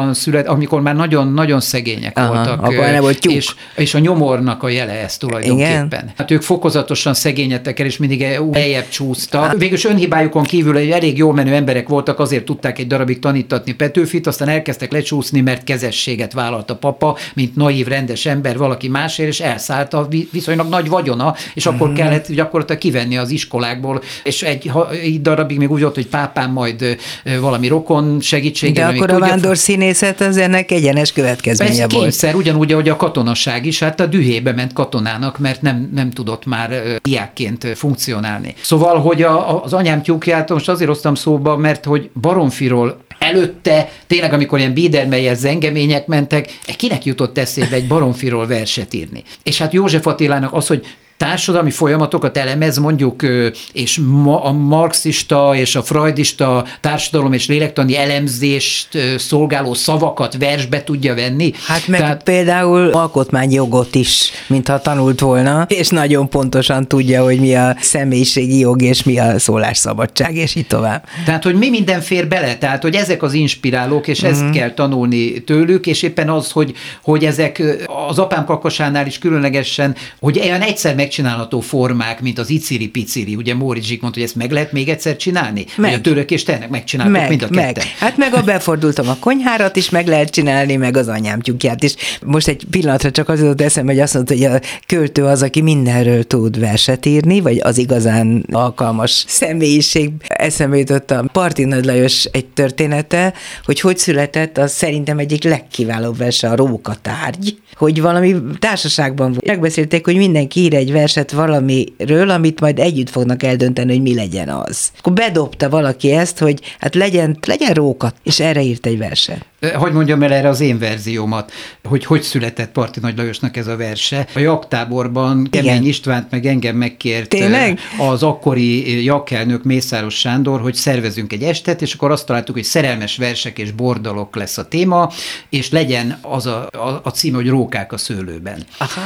tehát amikor már nagyon-nagyon szegények Aha, voltak. akkor nem volt tyúk. És, és a nyomornak a jele ez tulajdonképpen. Igen? Hát ők fokozatosan szegényedtek el, és mindig eljebb csúsztak. Végülis önhibájukon kívül egy elég jól menő emberek voltak, azért tudták egy darabig tanítatni Petőfit, aztán elkezdtek lecsúszni, mert kezességet vállalt a papa, mint naív, rendes ember valaki másért, és elszállt a viszonylag nagy vagyona, és akkor mm. kellett gyakorlatilag kivenni az iskolákból, és egy, egy darabig még úgy volt, hogy pápán majd valami rokon segítségével. De akkor a vándor színészet az ennek egyenes következménye volt. Ez kényszer, ugyanúgy, ahogy a katonaság is, hát a dühébe ment katonának, mert nem, nem tudott már diákként funkcionálni. Szóval, hogy a, az anyám tyúkját most azért hoztam szóba, mert hogy Baromfiról előtte, tényleg amikor ilyen Biedermeier zengemények mentek, kinek jutott eszébe egy Baromfiról verset írni. És hát József Attilának az, hogy társadalmi folyamatokat elemez, mondjuk, és a marxista és a freudista társadalom és lélektani elemzést szolgáló szavakat versbe tudja venni. Hát meg Tehát... például alkotmányjogot is, mintha tanult volna, és nagyon pontosan tudja, hogy mi a személyiségi jog, és mi a szólásszabadság, és így tovább. Tehát, hogy mi minden fér bele, tehát, hogy ezek az inspirálók, és ezt mm. kell tanulni tőlük, és éppen az, hogy, hogy ezek az apám kakasánál is különlegesen, hogy olyan egyszer megcsinálható formák, mint az iciri-piciri, ugye Móricz Zsigmond, hogy ezt meg lehet még egyszer csinálni? Meg. Vagy a Török és Ternek megcsináltuk meg, mind a ketten. Meg. Hát meg a befordultam a konyhárat is meg lehet csinálni, meg az anyám tyúkját is. Most egy pillanatra csak az jutott eszembe, hogy azt mondta, hogy a költő az, aki mindenről tud verset írni, vagy az igazán alkalmas személyiség. Eszembe jutott a Parti Nagy Lajos egy története, hogy hogy született, az szerintem egyik legkiválóbb verse, a Rókatárgy, hogy valami társaságban volt. Megbeszélték, hogy mindenki ír egy verset valamiről, amit majd együtt fognak eldönteni, hogy mi legyen az. Akkor bedobta valaki ezt, hogy hát legyen, legyen róka, és erre írt egy verset. Hogy mondjam el erre az én verziómat, hogy hogy született Parti Nagy Lajosnak ez a verse. A jaktáborban Kemény Istvánt meg engem megkért Tényleg? az akkori jakelnök Mészáros Sándor, hogy szervezünk egy estet, és akkor azt találtuk, hogy szerelmes versek és bordalok lesz a téma, és legyen az a, a, a cím, hogy Rókák a szőlőben.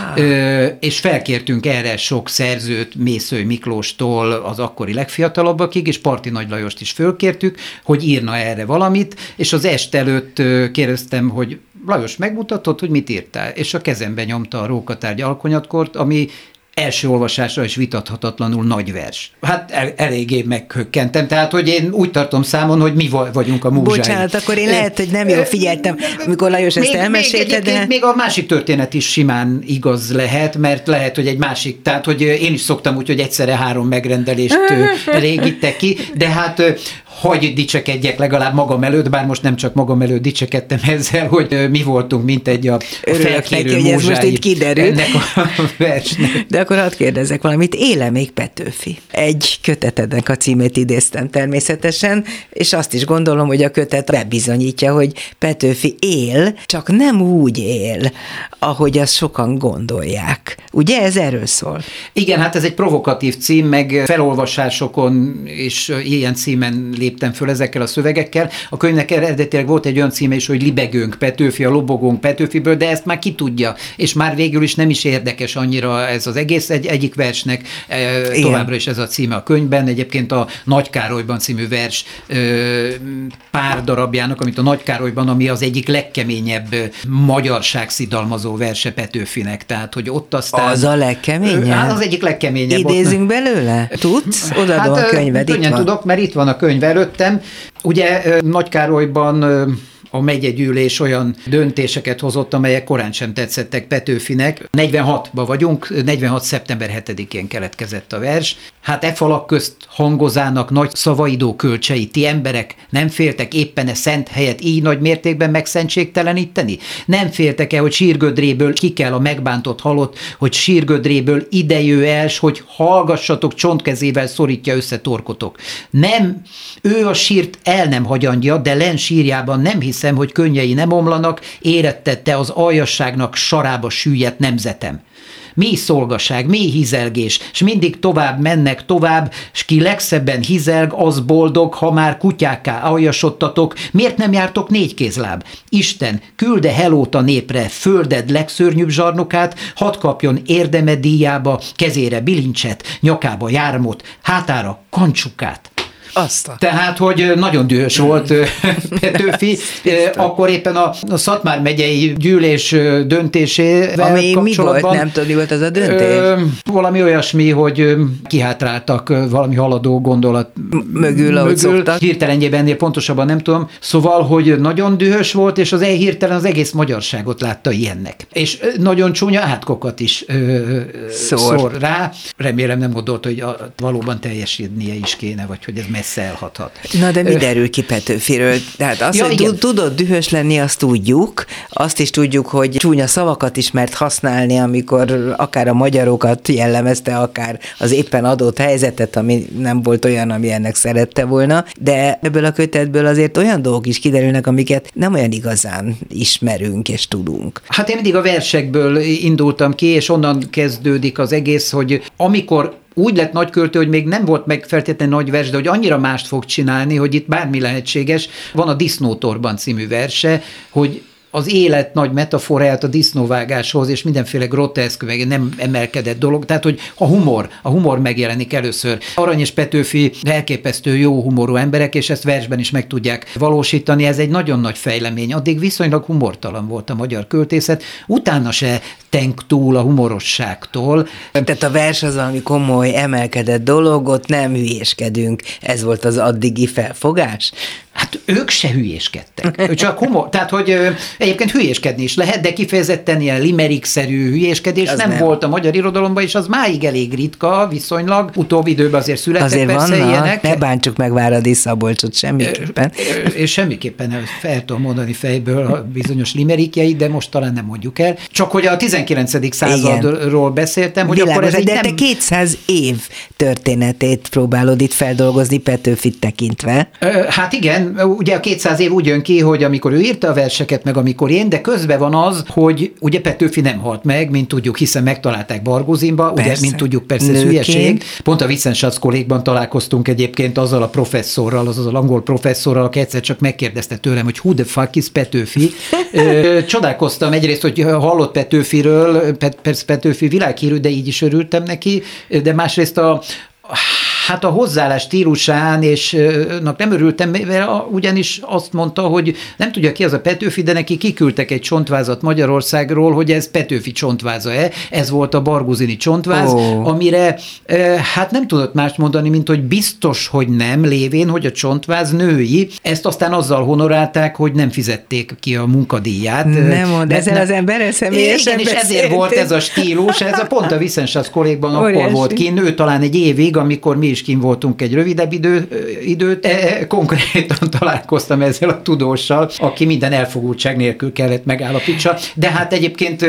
Ö, és felkértünk erre sok szerzőt, Mészöly Miklóstól az akkori legfiatalabbakig, és Parti Nagy Lajost is fölkértük, hogy írna erre valamit, és az est előtt kérdeztem, hogy Lajos, megmutatod, hogy mit írtál? És a kezembe nyomta a Rókatárgy alkonyatkort, ami első olvasásra is vitathatatlanul nagy vers. Hát el, eléggé meghökkentem, tehát, hogy én úgy tartom számon, hogy mi vagyunk a múzsái. Bocsánat, akkor én lehet, hogy nem jól figyeltem, amikor Lajos ezt még, elmesélte, még, de... Még a másik történet is simán igaz lehet, mert lehet, hogy egy másik, tehát, hogy én is szoktam úgy, hogy egyszerre három megrendelést régítek ki, de hát hogy dicsekedjek legalább magam előtt, bár most nem csak magam előtt dicsekedtem ezzel, hogy mi voltunk, mint egy a, a felkérő neki, most így kiderült. Ennek a versnek. De akkor hadd kérdezzek valamit, éle még Petőfi? Egy kötetednek a címét idéztem természetesen, és azt is gondolom, hogy a kötet bebizonyítja, hogy Petőfi él, csak nem úgy él, ahogy azt sokan gondolják. Ugye ez erről szól? Igen, hát ez egy provokatív cím, meg felolvasásokon és ilyen címen léptem föl ezekkel a szövegekkel. A könyvnek eredetileg volt egy olyan címe is, hogy Libegőnk Petőfi, a lobogónk Petőfiből, de ezt már ki tudja, és már végül is nem is érdekes annyira ez az egész egy, egyik versnek, e, továbbra is ez a címe a könyvben. Egyébként a Nagy Károlyban című vers e, pár darabjának, amit a Nagy Károlyban, ami az egyik legkeményebb magyarságszidalmazó verse Petőfinek, tehát hogy ott aztán... Az a legkeményebb? Hát az egyik legkeményebb. Idézünk ott... belőle? Tudsz? Odaadom hát, a könyved, itt van. Tudok, mert itt van a könyv előttem. Ugye Nagy Károlyban a megyegyűlés olyan döntéseket hozott, amelyek korán sem tetszettek Petőfinek. negyvenhatban vagyunk, negyvenhat szeptember hetedikén keletkezett a vers. Hát e falak közt hangozának nagy szavaidó kölcsei, ti emberek nem féltek éppen e szent helyet így nagy mértékben megszentségteleníteni? Nem féltek-e, hogy sírgödréből ki kell a megbántott halott, hogy sírgödréből idejő els, hogy hallgassatok, csontkezével szorítja össze torkotok? Nem, ő a sírt el nem hagyandja, de len sírjában nem hisz hiszem, hogy könnyei nem omlanak, érettette az aljasságnak sarába süllyedt nemzetem. Mély szolgaság, mély hizelgés, s mindig tovább mennek tovább, s ki legszebben hizelg, az boldog, ha már kutyákká aljasodtatok, miért nem jártok négykézláb? Isten, külde helót a népre, földed legszörnyűbb zsarnokát, hadd kapjon érdeme díjába, kezére bilincset, nyakába jármot, hátára kancsukát. Azt a... Tehát, hogy nagyon dühös volt Petőfi, akkor éppen a, a Szatmár megyei gyűlés döntésével Ami kapcsolatban. mi volt, nem tudni, volt az a döntés? Ö, valami olyasmi, hogy kihátráltak valami haladó gondolat mögül, ahogy szoktak. Hirtelenjében ennél pontosabban nem tudom. Szóval, hogy nagyon dühös volt, és az hirtelen az egész magyarságot látta ilyennek. És nagyon csúnya átkokat is ö, szór. szór rá. Remélem nem gondolt, hogy a, valóban teljesítenie is kéne, vagy hogy ez messze elhathat. Na de mi derül ki Petőfiről? Tehát azt, ja, hogy igen. tudod dühös lenni, azt tudjuk. Azt is tudjuk, hogy csúnya szavakat is mert használni, amikor akár a magyarokat jellemezte, akár az éppen adott helyzetet, ami nem volt olyan, ami ennek szerette volna. De ebből a kötetből azért olyan dolgok is kiderülnek, amiket nem olyan igazán ismerünk és tudunk. Hát én mindig a versekből indultam ki, és onnan kezdődik az egész, hogy amikor úgy lett nagyköltő, hogy még nem volt meg feltétlenül nagy vers, de hogy annyira mást fog csinálni, hogy itt bármi lehetséges. Van a Disznótorban című verse, hogy az élet nagy metaforáját a disznóvágáshoz, és mindenféle groteszk, meg nem emelkedett dolog, tehát, hogy a humor, a humor megjelenik először. Arany és Petőfi elképesztő jó humorú emberek, és ezt versben is meg tudják valósítani, ez egy nagyon nagy fejlemény. Addig viszonylag humortalan volt a magyar költészet, utána se tenk túl a humorosságtól. Tehát a vers az valami komoly, emelkedett dolog, ott nem hülyéskedünk. Ez volt az addigi felfogás? Hát ők se hülyéskedtek. Csak humor. Tehát, hogy ö, egyébként hülyéskedni is lehet, de kifejezetten ilyen limerick-szerű hülyéskedés nem, nem volt a magyar irodalomban, és az máig elég ritka, viszonylag. Utóbbi időben azért születtek azért persze vannak, ilyenek. Ne bántsuk meg Váradi Szabolcsot semmiképpen. És semmiképpen fel tudom mondani fejből a bizonyos limerikjeit, de most talán nem mondjuk el. Csak hogy a tizenkilencedik századról beszéltem, hogy világos, akkor ez de nem... te kétszáz év történetét próbálod itt feldolgozni Petőfit tekintve. Hát igen, ugye a kétszáz év úgy jön ki, hogy amikor ő írta a verseket, meg amikor én, de közben van az, hogy ugye Petőfi nem halt meg, mint tudjuk, hiszen megtalálták Bargózinba, ugye, mint tudjuk, persze ez hülyeség. Pont a Wissenschaftskollégban találkoztunk egyébként azzal a professzorral, azaz az angol professzorral, aki egyszer csak megkérdezte tőlem, hogy who the fuck is Petőfi. Csodálkoztam egyrészt, hogy hallott Petőfiről, persze Petőfi világhírű, de így is örültem neki, de másrészt a Hát a hozzáállás stílusán, és nem örültem, mert ugyanis azt mondta, hogy nem tudja ki az a Petőfi, de neki kiküldtek egy csontvázat Magyarországról, hogy ez Petőfi csontváza-e. Ez volt a barguzini csontváz, oh. amire hát nem tudott mást mondani, mint hogy biztos, hogy nem, lévén, hogy a csontváz női. Ezt aztán azzal honorálták, hogy nem fizették ki a munkadíját. Nem mond, ezzel nem, az emberrel személyesen igen, és ezért volt ez a stílus, ez a pont a Wissenschaftskollégban akkor volt kint, ő talán egy évig, amikor mi is kint voltunk egy rövidebb idő, időt, e, konkrétan találkoztam ezzel a tudóssal, aki minden elfogultság nélkül kellett megállapítsa, de hát egyébként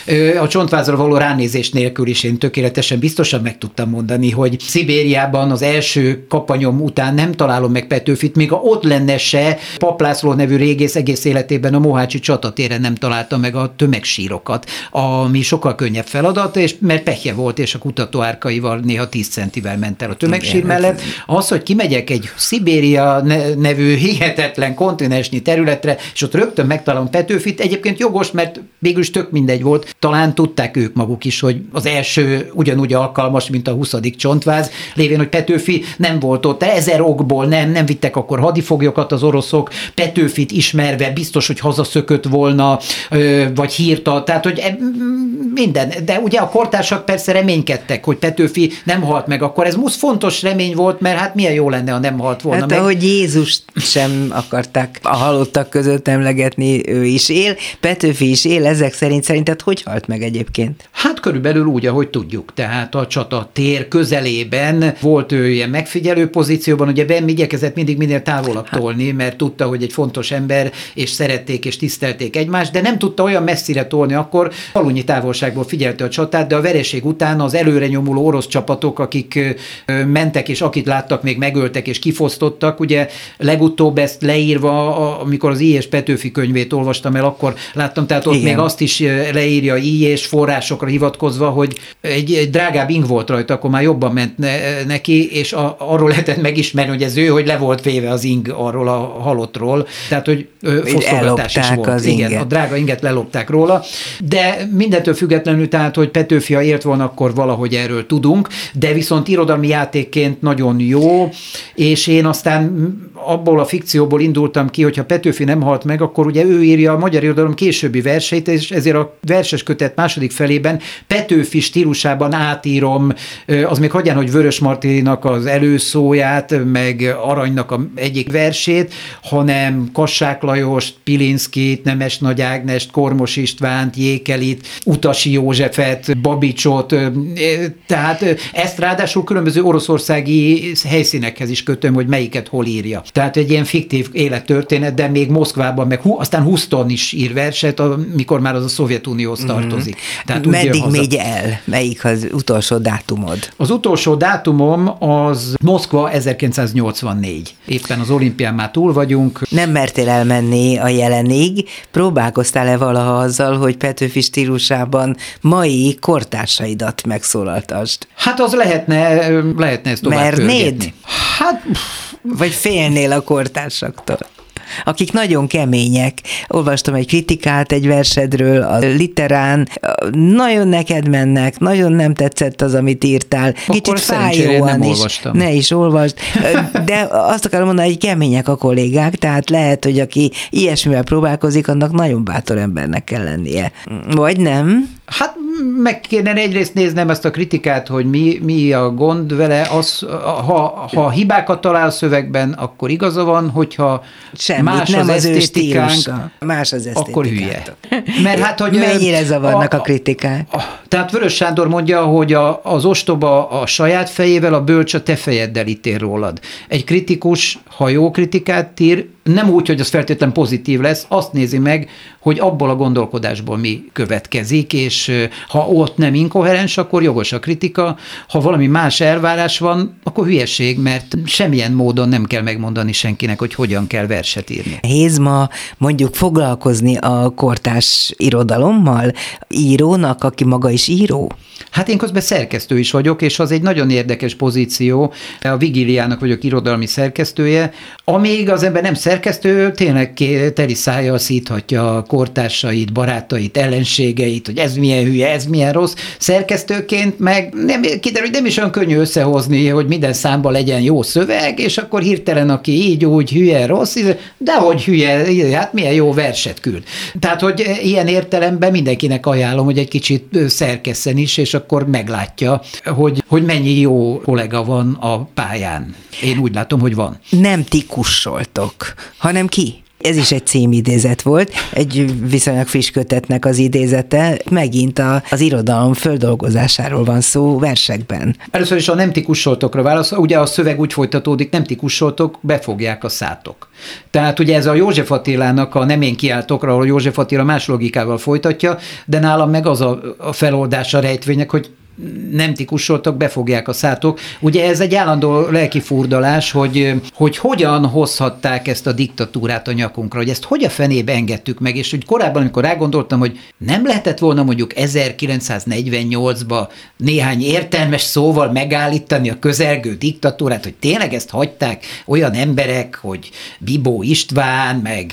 a csontvázra való ránézés nélkül is én tökéletesen biztosan meg tudtam mondani, hogy Szibériában az első kapanyom után nem találom meg Petőfit, még ha ott lenne se, Pap László nevű régész egész életében a Mohácsi csatatéren nem találta meg a tömegsírokat, ami sokkal könnyebb feladat, és mert pehje volt, és a kutatóárkaival néha tíz centivel ment el a tömegsír mellett. Az, hogy kimegyek egy Szibéria nevű hihetetlen kontinensnyi területre, és ott rögtön megtalálom Petőfit, egyébként jogos, mert végülis tök mindegy volt. Talán tudták ők maguk is, hogy az első ugyanúgy alkalmas, mint a huszadik csontváz, lévén, hogy Petőfi nem volt ott, ezer okból nem, nem vittek akkor hadifoglyokat az oroszok, Petőfit ismerve biztos, hogy hazaszökött volna, vagy hírta, tehát, hogy minden. De ugye a kortársak persze reménykedtek, hogy Petőfi nem halt meg, akkor ez musz fontos remény volt, mert hát milyen jó lenne, ha nem halt volna hát meg. ahogy Jézust sem akarták a halottak között emlegetni, ő is él, Petőfi is él, ezek szerint szerinted hogy halt meg egyébként? Hát körülbelül úgy, ahogy tudjuk. Tehát a csata tér közelében volt ő ilyen megfigyelő pozícióban, ugye Ben igyekezett mindig minél távolabb tolni, mert tudta, hogy egy fontos ember, és szerették és tisztelték egymást, de nem tudta olyan messzire tolni, akkor falunyi távolságból figyelte a csatát, de a vereség után az előre nyomuló orosz csapatok, akik mentek, és akit láttak, még megöltek és kifosztottak. Ugye legutóbb ezt leírva, amikor az I. és Petőfi könyvét olvastam el, akkor láttam, tehát ott igen. még azt is leírja I. és forrásokra hivatkozva, hogy egy, egy drágább ing volt rajta, akkor már jobban ment ne, neki, és a, arról lehetett megismerni, hogy ez ő, hogy le volt véve az ing arról a halottról. Tehát, hogy fosztogatás is volt. Igen, inget. A drága inget lelopták róla. De mindentől függetlenül, tehát, hogy Petőfi, ha élt volna, akkor valahogy erről tudunk, de viszont irodalmi játék játékként nagyon jó, és én aztán abból a fikcióból indultam ki, hogyha Petőfi nem halt meg, akkor ugye ő írja a magyar irodalom későbbi verseit, és ezért a verses kötet második felében Petőfi stílusában átírom, az még hagyján, hogy Vörös Martininak az előszóját, meg Aranynak a egyik versét, hanem Kassák Lajost, Pilinszkit, Nemes Nagy Ágnest, Kormos Istvánt, Jékelit, Utasi Józsefet, Babicsot, tehát ezt ráadásul különböző oroszországi helyszínekhez is kötöm, hogy melyiket hol írja. Tehát egy ilyen fiktív élettörténet, de még Moszkvában, meg hú, aztán Houston is ír verset, amikor már az a Szovjetunióhoz tartozik. Mm. Tehát meddig haza... megy el? Melyik az utolsó dátumod? Az utolsó dátumom az Moszkva ezerkilencszáznyolcvannégy. Éppen az olimpián már túl vagyunk. Nem mertél elmenni a jelenig. Próbálkoztál-e valaha azzal, hogy Petőfi stílusában mai kortársaidat megszólaltasd? Hát az lehetne, lehetne ezt tovább Mernéd? Pörgetni. Hát... Vagy félnél a kortársaktól? Akik nagyon kemények. Olvastam egy kritikát egy versedről, a Literán, nagyon neked mennek, nagyon nem tetszett az, amit írtál. Kicsit fájóan is. Olvastam. Ne is olvasd. De azt akarom mondani, hogy kemények a kollégák, tehát lehet, hogy aki ilyesmivel próbálkozik, annak nagyon bátor embernek kell lennie. Vagy nem? Hát meg kéne egyrészt néznem ezt a kritikát, hogy mi, mi a gond vele, az, ha, ha hibákat talál a szövegben, akkor igaza van, hogyha Semmit, más nem az, az esztétikánk, más az akkor hülye. Mert hát, hogy mennyire zavarnak a, a kritikák? A, tehát Vörös Sándor mondja, hogy a, az ostoba a saját fejével, a bölcs a te fejeddel ítél rólad. Egy kritikus, ha jó kritikát ír, nem úgy, hogy az feltétlenül pozitív lesz, azt nézi meg, hogy abból a gondolkodásból mi következik, és ha ott nem inkoherens, akkor jogos a kritika, ha valami más elvárás van, akkor hülyeség, mert semmilyen módon nem kell megmondani senkinek, hogy hogyan kell verset írni. Hézma mondjuk foglalkozni a kortárs irodalommal, írónak, aki maga is író? Hát én közben szerkesztő is vagyok, és az egy nagyon érdekes pozíció. A Vigíliának vagyok irodalmi szerkesztője. Amíg az ember nem szerkesztő, tényleg teli szájjal szíthatja a kortársait, barátait, ellenségeit, hogy ez milyen hülye, ez milyen rossz. Szerkesztőként meg nem, kiderül, hogy nem is olyan könnyű összehozni, hogy minden számban legyen jó szöveg, és akkor hirtelen, aki így, úgy, hülye, rossz, de hogy hülye, hát milyen jó verset küld. Tehát, hogy ilyen értelemben mindenkinek ajánlom, hogy egy kicsit szerkesszen is, és akkor meglátja, hogy, hogy mennyi jó kollega van a pályán. Én úgy látom, hogy van. Nem ti kussoltok, hanem ki? Ez is egy címidézet volt, egy viszonylag friss kötetnek az idézete, megint a, az irodalom földolgozásáról van szó versekben. Először is a nem ti kussoltokra válasz, ugye a szöveg úgy folytatódik, nem ti kussoltok, befogják a szátok. Tehát ugye ez a József Attilának a nem én kiáltokra, ahol József Attila más logikával folytatja, de nálam meg az a, a feloldása rejtvények, hogy nem ti kussoltok, befogják a szátok. Ugye ez egy állandó lelki furdalás, hogy, hogy hogyan hozhatták ezt a diktatúrát a nyakunkra, hogy ezt hogy a fenébe engedtük meg, és hogy korábban, amikor rágondoltam, hogy nem lehetett volna mondjuk ezerkilencszáznegyvennyolcban néhány értelmes szóval megállítani a közelgő diktatúrát, hogy tényleg ezt hagyták olyan emberek, hogy Bibó István, meg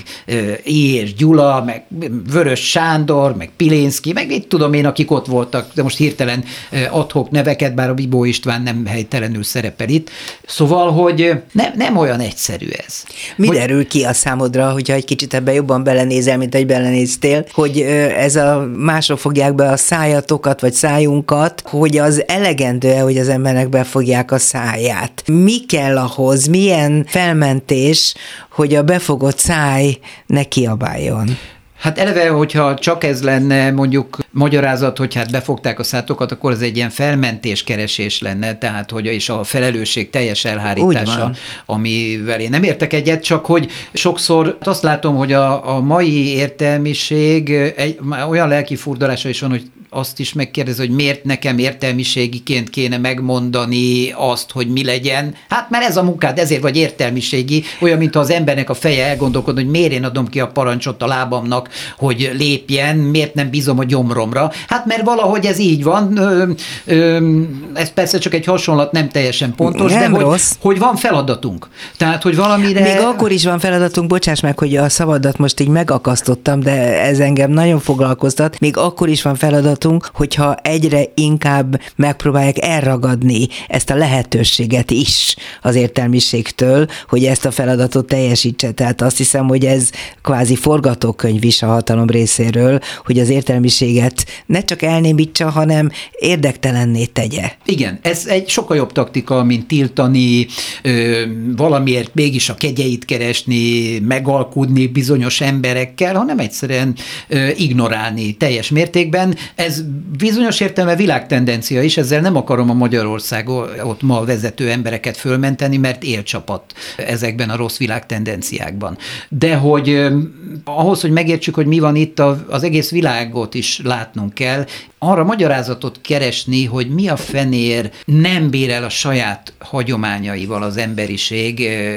Ér Gyula, meg Vörös Sándor, meg Pilinszki, meg itt tudom én, akik ott voltak, de most hirtelen ad-hoc neveket, bár a Bibó István nem helytelenül szerepel itt. Szóval, hogy ne, nem olyan egyszerű ez. Mi hogy... derül ki a számodra, hogyha egy kicsit ebben jobban belenézel, mint egy belenéztél, hogy ez a mások fogják be a szájatokat, vagy szájunkat, hogy az elegendő-e, hogy az embernek befogják a száját? Mi kell ahhoz, milyen felmentés, hogy a befogott száj ne kiabáljon? Hát eleve, hogyha csak ez lenne mondjuk magyarázat, hogy hát befogták a szátokat, akkor ez egy ilyen felmentéskeresés lenne, tehát hogy és a felelősség teljes elhárítása, amivel én nem értek egyet, csak hogy sokszor azt látom, hogy a, a mai értelmiség egy, olyan lelki furdalása is van, hogy azt is megkérdez, hogy miért nekem értelmiségiként kéne megmondani azt, hogy mi legyen. Hát már ez a munkád, ezért vagy értelmiségi, olyan, mintha az embernek a feje elgondolkodna, hogy miért én adom ki a parancsot a lábamnak, hogy lépjen, miért nem bízom a gyomromra. Hát mert valahogy ez így van. Ö, ö, ez persze csak egy hasonlat, nem teljesen pontos, nem de hogy, hogy van feladatunk. Tehát, hogy valamire... Még akkor is van feladatunk, bocsáss meg, hogy a szavadat most így megakasztottam, de ez engem nagyon foglalkoztat. Még akkor is van feladat, feladatunk, hogyha egyre inkább megpróbálják elragadni ezt a lehetőséget is az értelmiségtől, hogy ezt a feladatot teljesítse. Tehát azt hiszem, hogy ez kvázi forgatókönyv is a hatalom részéről, hogy az értelmiséget ne csak elnémítsa, hanem érdektelenné tegye. Igen, ez egy sokkal jobb taktika, mint tiltani, ö, valamiért mégis a kegyeit keresni, megalkudni bizonyos emberekkel, hanem egyszerűen ö, ignorálni teljes mértékben. Ez bizonyos értelme világtendencia is, ezzel nem akarom a Magyarországot ma vezető embereket fölmenteni, mert élcsapat ezekben a rossz világtendenciákban. De hogy ö, ahhoz, hogy megértsük, hogy mi van itt, az egész világot is látnunk kell, arra magyarázatot keresni, hogy mi a fenér nem bír el a saját hagyományaival az emberiség,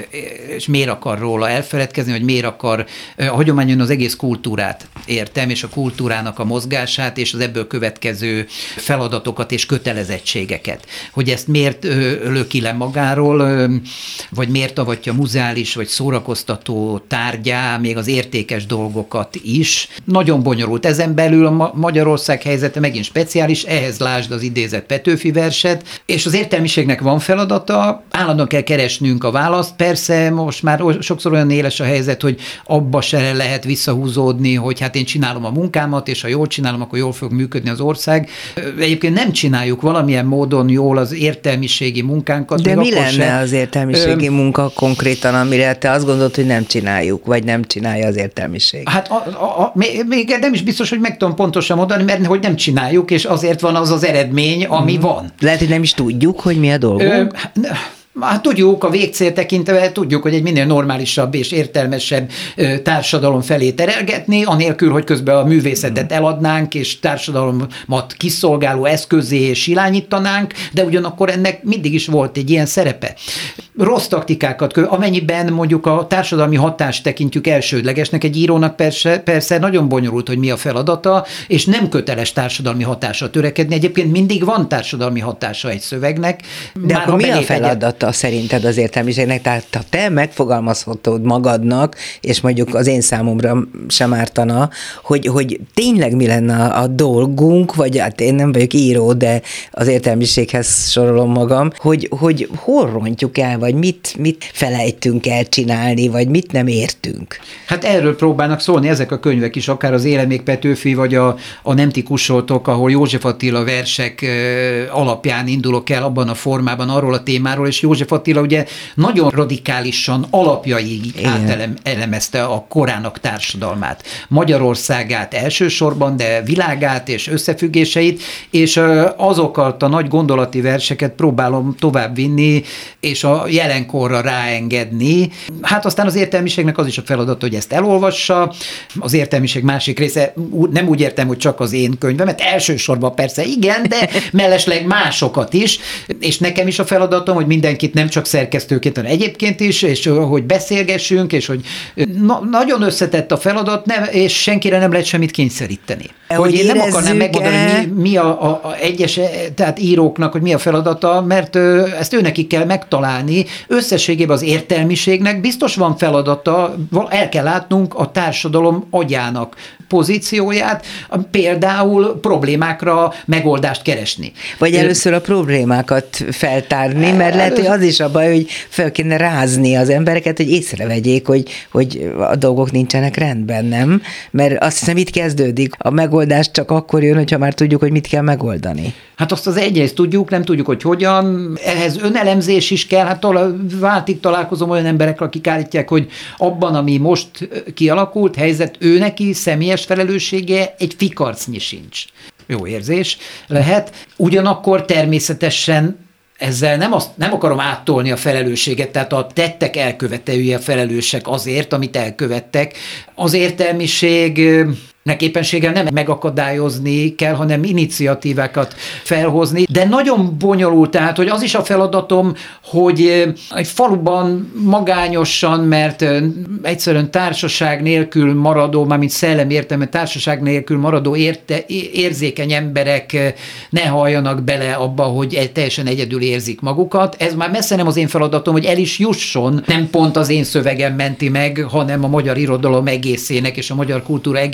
és miért akar róla elfeledkezni, vagy miért akar, a hagyományon az egész kultúrát értem, és a kultúrának a mozgását, és az ebből következő feladatokat és kötelezettségeket. Hogy ezt miért löki le magáról, vagy miért avatja muzeális, vagy szórakoztató tárgyá, még az értékes dolgokat is. Nagyon bonyolult. Ezen belül a Magyarország helyzete megint speciális, ehhez lásd az idézett Petőfi verset, és az értelmiségnek van feladata, állandóan kell keresnünk a választ. Persze most már sokszor olyan éles a helyzet, hogy abba se lehet visszahúzódni, hogy hát én csinálom a munkámat, és ha jól csinálom, akkor jól fog működni az ország. Egyébként nem csináljuk valamilyen módon jól az értelmiségi munkánkat. De mi lenne se, az értelmiségi ö, munka konkrétan, amire te azt gondolod, hogy nem csináljuk, vagy nem csinálja az értelmiség? Hát a, a, a, még nem is biztos, hogy meg tudom pontosan mondani, mert hogy nem csináljuk, és azért van az az eredmény, ami hmm. van. Lehet, hogy nem is tudjuk, hogy mi a dolgunk? Ö, Hát tudjuk, a végcél tekintve tudjuk, hogy egy minél normálisabb és értelmesebb társadalom felé terelgetni, anélkül, hogy közben a művészetet eladnánk, és társadalomat kiszolgáló eszközé és irányítanánk, de ugyanakkor ennek mindig is volt egy ilyen szerepe. Rossz taktikákat, amennyiben mondjuk a társadalmi hatást tekintjük elsődlegesnek, egy írónak persze, persze nagyon bonyolult, hogy mi a feladata, és nem köteles társadalmi hatásra törekedni. Egyébként mindig van társadalmi hatása egy szövegnek. De már akkor mi a feladata szerinted az értelmiségnek? Tehát ha te megfogalmazhatod magadnak, és mondjuk az én számomra sem ártana, hogy, hogy tényleg mi lenne a, a dolgunk, vagy hát én nem vagyok író, de az értelmiséghez sorolom magam, hogy, hogy hol rontjuk el, vagy mit, mit felejtünk el csinálni, vagy mit nem értünk. Hát erről próbálnak szólni ezek a könyvek is, akár az Élemék Petőfi, vagy a, a Nem ti kussoltok, ahol József Attila versek alapján indulok el abban a formában arról a témáról, és József Attila ugye nagyon radikálisan alapjaig átelemezte a korának társadalmát. Magyarországát elsősorban, de világát és összefüggéseit, és azokat a nagy gondolati verseket próbálom továbbvinni, és a jelenkorra ráengedni. Hát aztán az értelmiségnek az is a feladat, hogy ezt elolvassa. Az értelmiség másik része, nem úgy értem, hogy csak az én könyvemet, elsősorban persze igen, de mellesleg másokat is, és nekem is a feladatom, hogy mindenkit nem csak szerkesztőként, hanem egyébként is, és hogy beszélgessünk, és hogy na, nagyon összetett a feladat, nem, és senkire nem lehet semmit kényszeríteni. Hogy, hogy én nem akarnám megmondani, mi, mi a, a, a egyes tehát íróknak, hogy mi a feladata, mert ezt őnekik kell megtalálni. Összességében az értelmiségnek biztos van feladata, el kell látnunk a társadalom agyának pozícióját, például problémákra megoldást keresni. Vagy először a problémákat feltárni, mert lehet, hogy az is a baj, hogy fel kéne rázni az embereket, hogy észrevegyék, hogy, hogy a dolgok nincsenek rendben, nem? Mert azt hiszem, itt kezdődik. A megoldás csak akkor jön, hogyha már tudjuk, hogy mit kell megoldani. Hát azt az egyrészt tudjuk, nem tudjuk, hogy hogyan. Ehhez önelemzés is kell. Hát váltig találkozom olyan emberekkel, akik állítják, hogy abban, ami most kialakult helyzet, ő neki személyes felelőssége egy fikarcnyi sincs. Jó érzés lehet. Ugyanakkor természetesen ezzel nem, azt, nem akarom áttolni a felelősséget, tehát a tettek elkövetői a felelősek azért, amit elkövettek. Az értelmiség éppenséggel nem megakadályozni kell, hanem iniciatívákat felhozni, de nagyon bonyolult, tehát, hogy az is a feladatom, hogy egy faluban magányosan, mert egyszerűen társaság nélkül maradó, mármint szellemi értelme társaság nélkül maradó érte, érzékeny emberek ne halljanak bele abba, hogy teljesen egyedül érzik magukat. Ez már messze nem az én feladatom, hogy el is jusson, nem pont az én szövegem menti meg, hanem a magyar irodalom egészének és a magyar kultúra egészének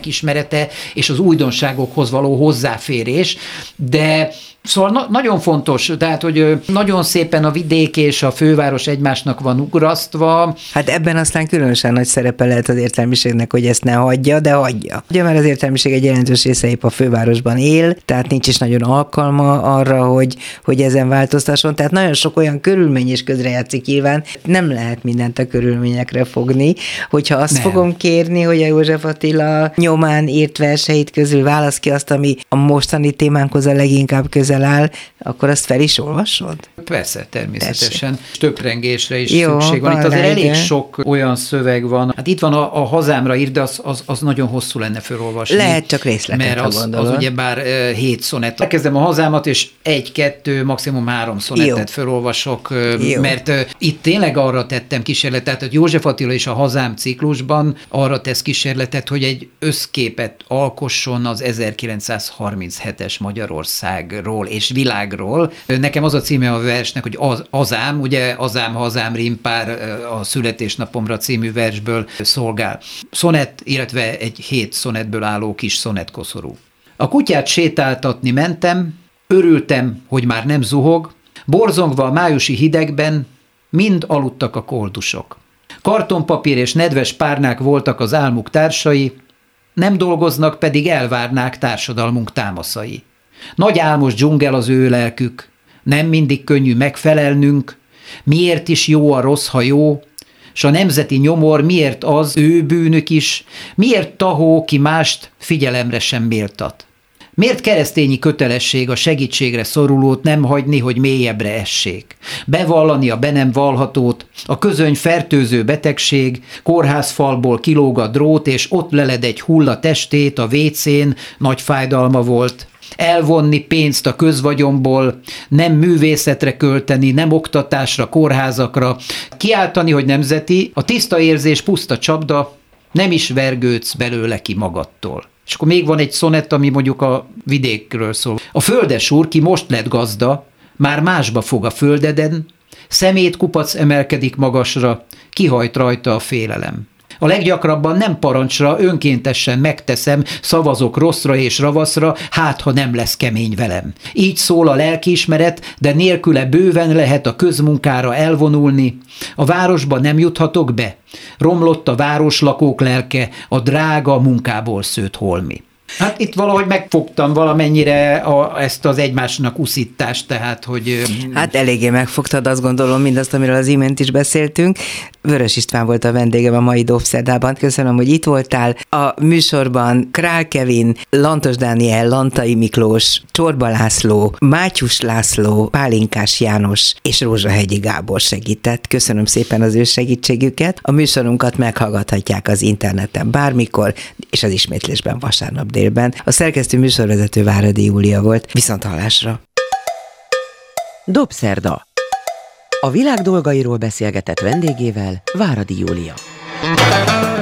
történelmek ismerete és az újdonságokhoz való hozzáférés, de szóval na- nagyon fontos, tehát, hogy nagyon szépen a vidék és a főváros egymásnak van ugrasztva. Hát ebben aztán különösen nagy szerepe lehet az értelmiségnek, hogy ezt ne hagyja, de hagyja. Ugye már az értelmiség egy jelentős része épp a fővárosban él, tehát nincs is nagyon alkalma arra, hogy, hogy ezen változtasson. Tehát nagyon sok olyan körülmény is közrejátszik nyilván. Nem lehet mindent a körülményekre fogni. Hogyha azt nem. fogom kérni, hogy a József Attila nyomán írt verseit közül válasz ki azt, ami a mostani témánkhoz a leginkább közel áll, akkor azt fel is olvasod? Persze, természetesen. Tessék. Töprengésre is Jó, szükség van. Itt azért elég ide. sok olyan szöveg van. Hát itt van a, a hazámra ír, de az, az, az nagyon hosszú lenne felolvasni. Lehet csak részletet, mert az, ha gondolod. az ugyebár uh, hét szonett. Elkezdem a hazámat, és egy, kettő, maximum három szonettet felolvasok, uh, mert uh, itt tényleg arra tettem kísérletet, hogy József Attila és a Hazám ciklusban arra tesz kísérletet, hogy egy összképet alkosson az ezerkilencszázharminchetes Magyarországról és világról. Nekem az a címe a versnek, hogy az, azám, ugye azám, hazám rímpár a születésnapomra című versből szolgál. Szonett, illetve egy hét szonettből álló kis szonettkoszorú. A kutyát sétáltatni mentem, örültem, hogy már nem zuhog, borzongva a májusi hidegben mind aludtak a koldusok. Kartonpapír és nedves párnák voltak az álmuk társai, nem dolgoznak, pedig elvárnák társadalmunk támaszai. Nagy álmos dzsungel az ő lelkük, nem mindig könnyű megfelelnünk, miért is jó a rossz, ha jó, s a nemzeti nyomor miért az ő bűnük is, miért tahó, ki mást figyelemre sem méltat. Miért keresztényi kötelesség a segítségre szorulót nem hagyni, hogy mélyebbre essék? Bevallani a be nem valhatót, a közöny fertőző betegség, kórházfalból kilóg a drót, és ott leled egy hulla testét a vécén, nagy fájdalma volt. Elvonni pénzt a közvagyomból, nem művészetre költeni, nem oktatásra, kórházakra, kiáltani, hogy nemzeti, a tiszta érzés puszta csapda, nem is vergődsz belőle ki magadtól. És akkor még van egy szonett, ami mondjuk a vidékről szól. A földes úr, ki most lett gazda, már másba fog a földeden, szemétkupac emelkedik magasra, kihajt rajta a félelem. A leggyakrabban nem parancsra, önkéntesen megteszem, szavazok rosszra és ravaszra, hát ha nem lesz kemény velem. Így szól a lelkiismeret, de nélküle bőven lehet a közmunkára elvonulni. A városba nem juthatok be. Romlott a városlakók lelke, a drága munkából szőtt holmi. Hát itt valahogy megfogtam valamennyire a, ezt az egymásnak uszítást, tehát, hogy... Hát eléggé megfogtad, azt gondolom, mindazt, amiről az imént is beszéltünk. Vörös István volt a vendégem a mai Dobszerdában. Köszönöm, hogy itt voltál. A műsorban Král Kevin, Lantos Dániel, Lantai Miklós, Csorba László, Mátyus László, Pálinkás János és Rózsahegyi Gábor segített. Köszönöm szépen az ő segítségüket. A műsorunkat meghallgathatják az interneten bármikor, és az ismétlésben vasárnap délben. A szerkesztő műsorvezető Váradi Júlia volt. Viszonthallásra! Dobszerda. A világ dolgairól beszélgetett vendégével Váradi Júlia.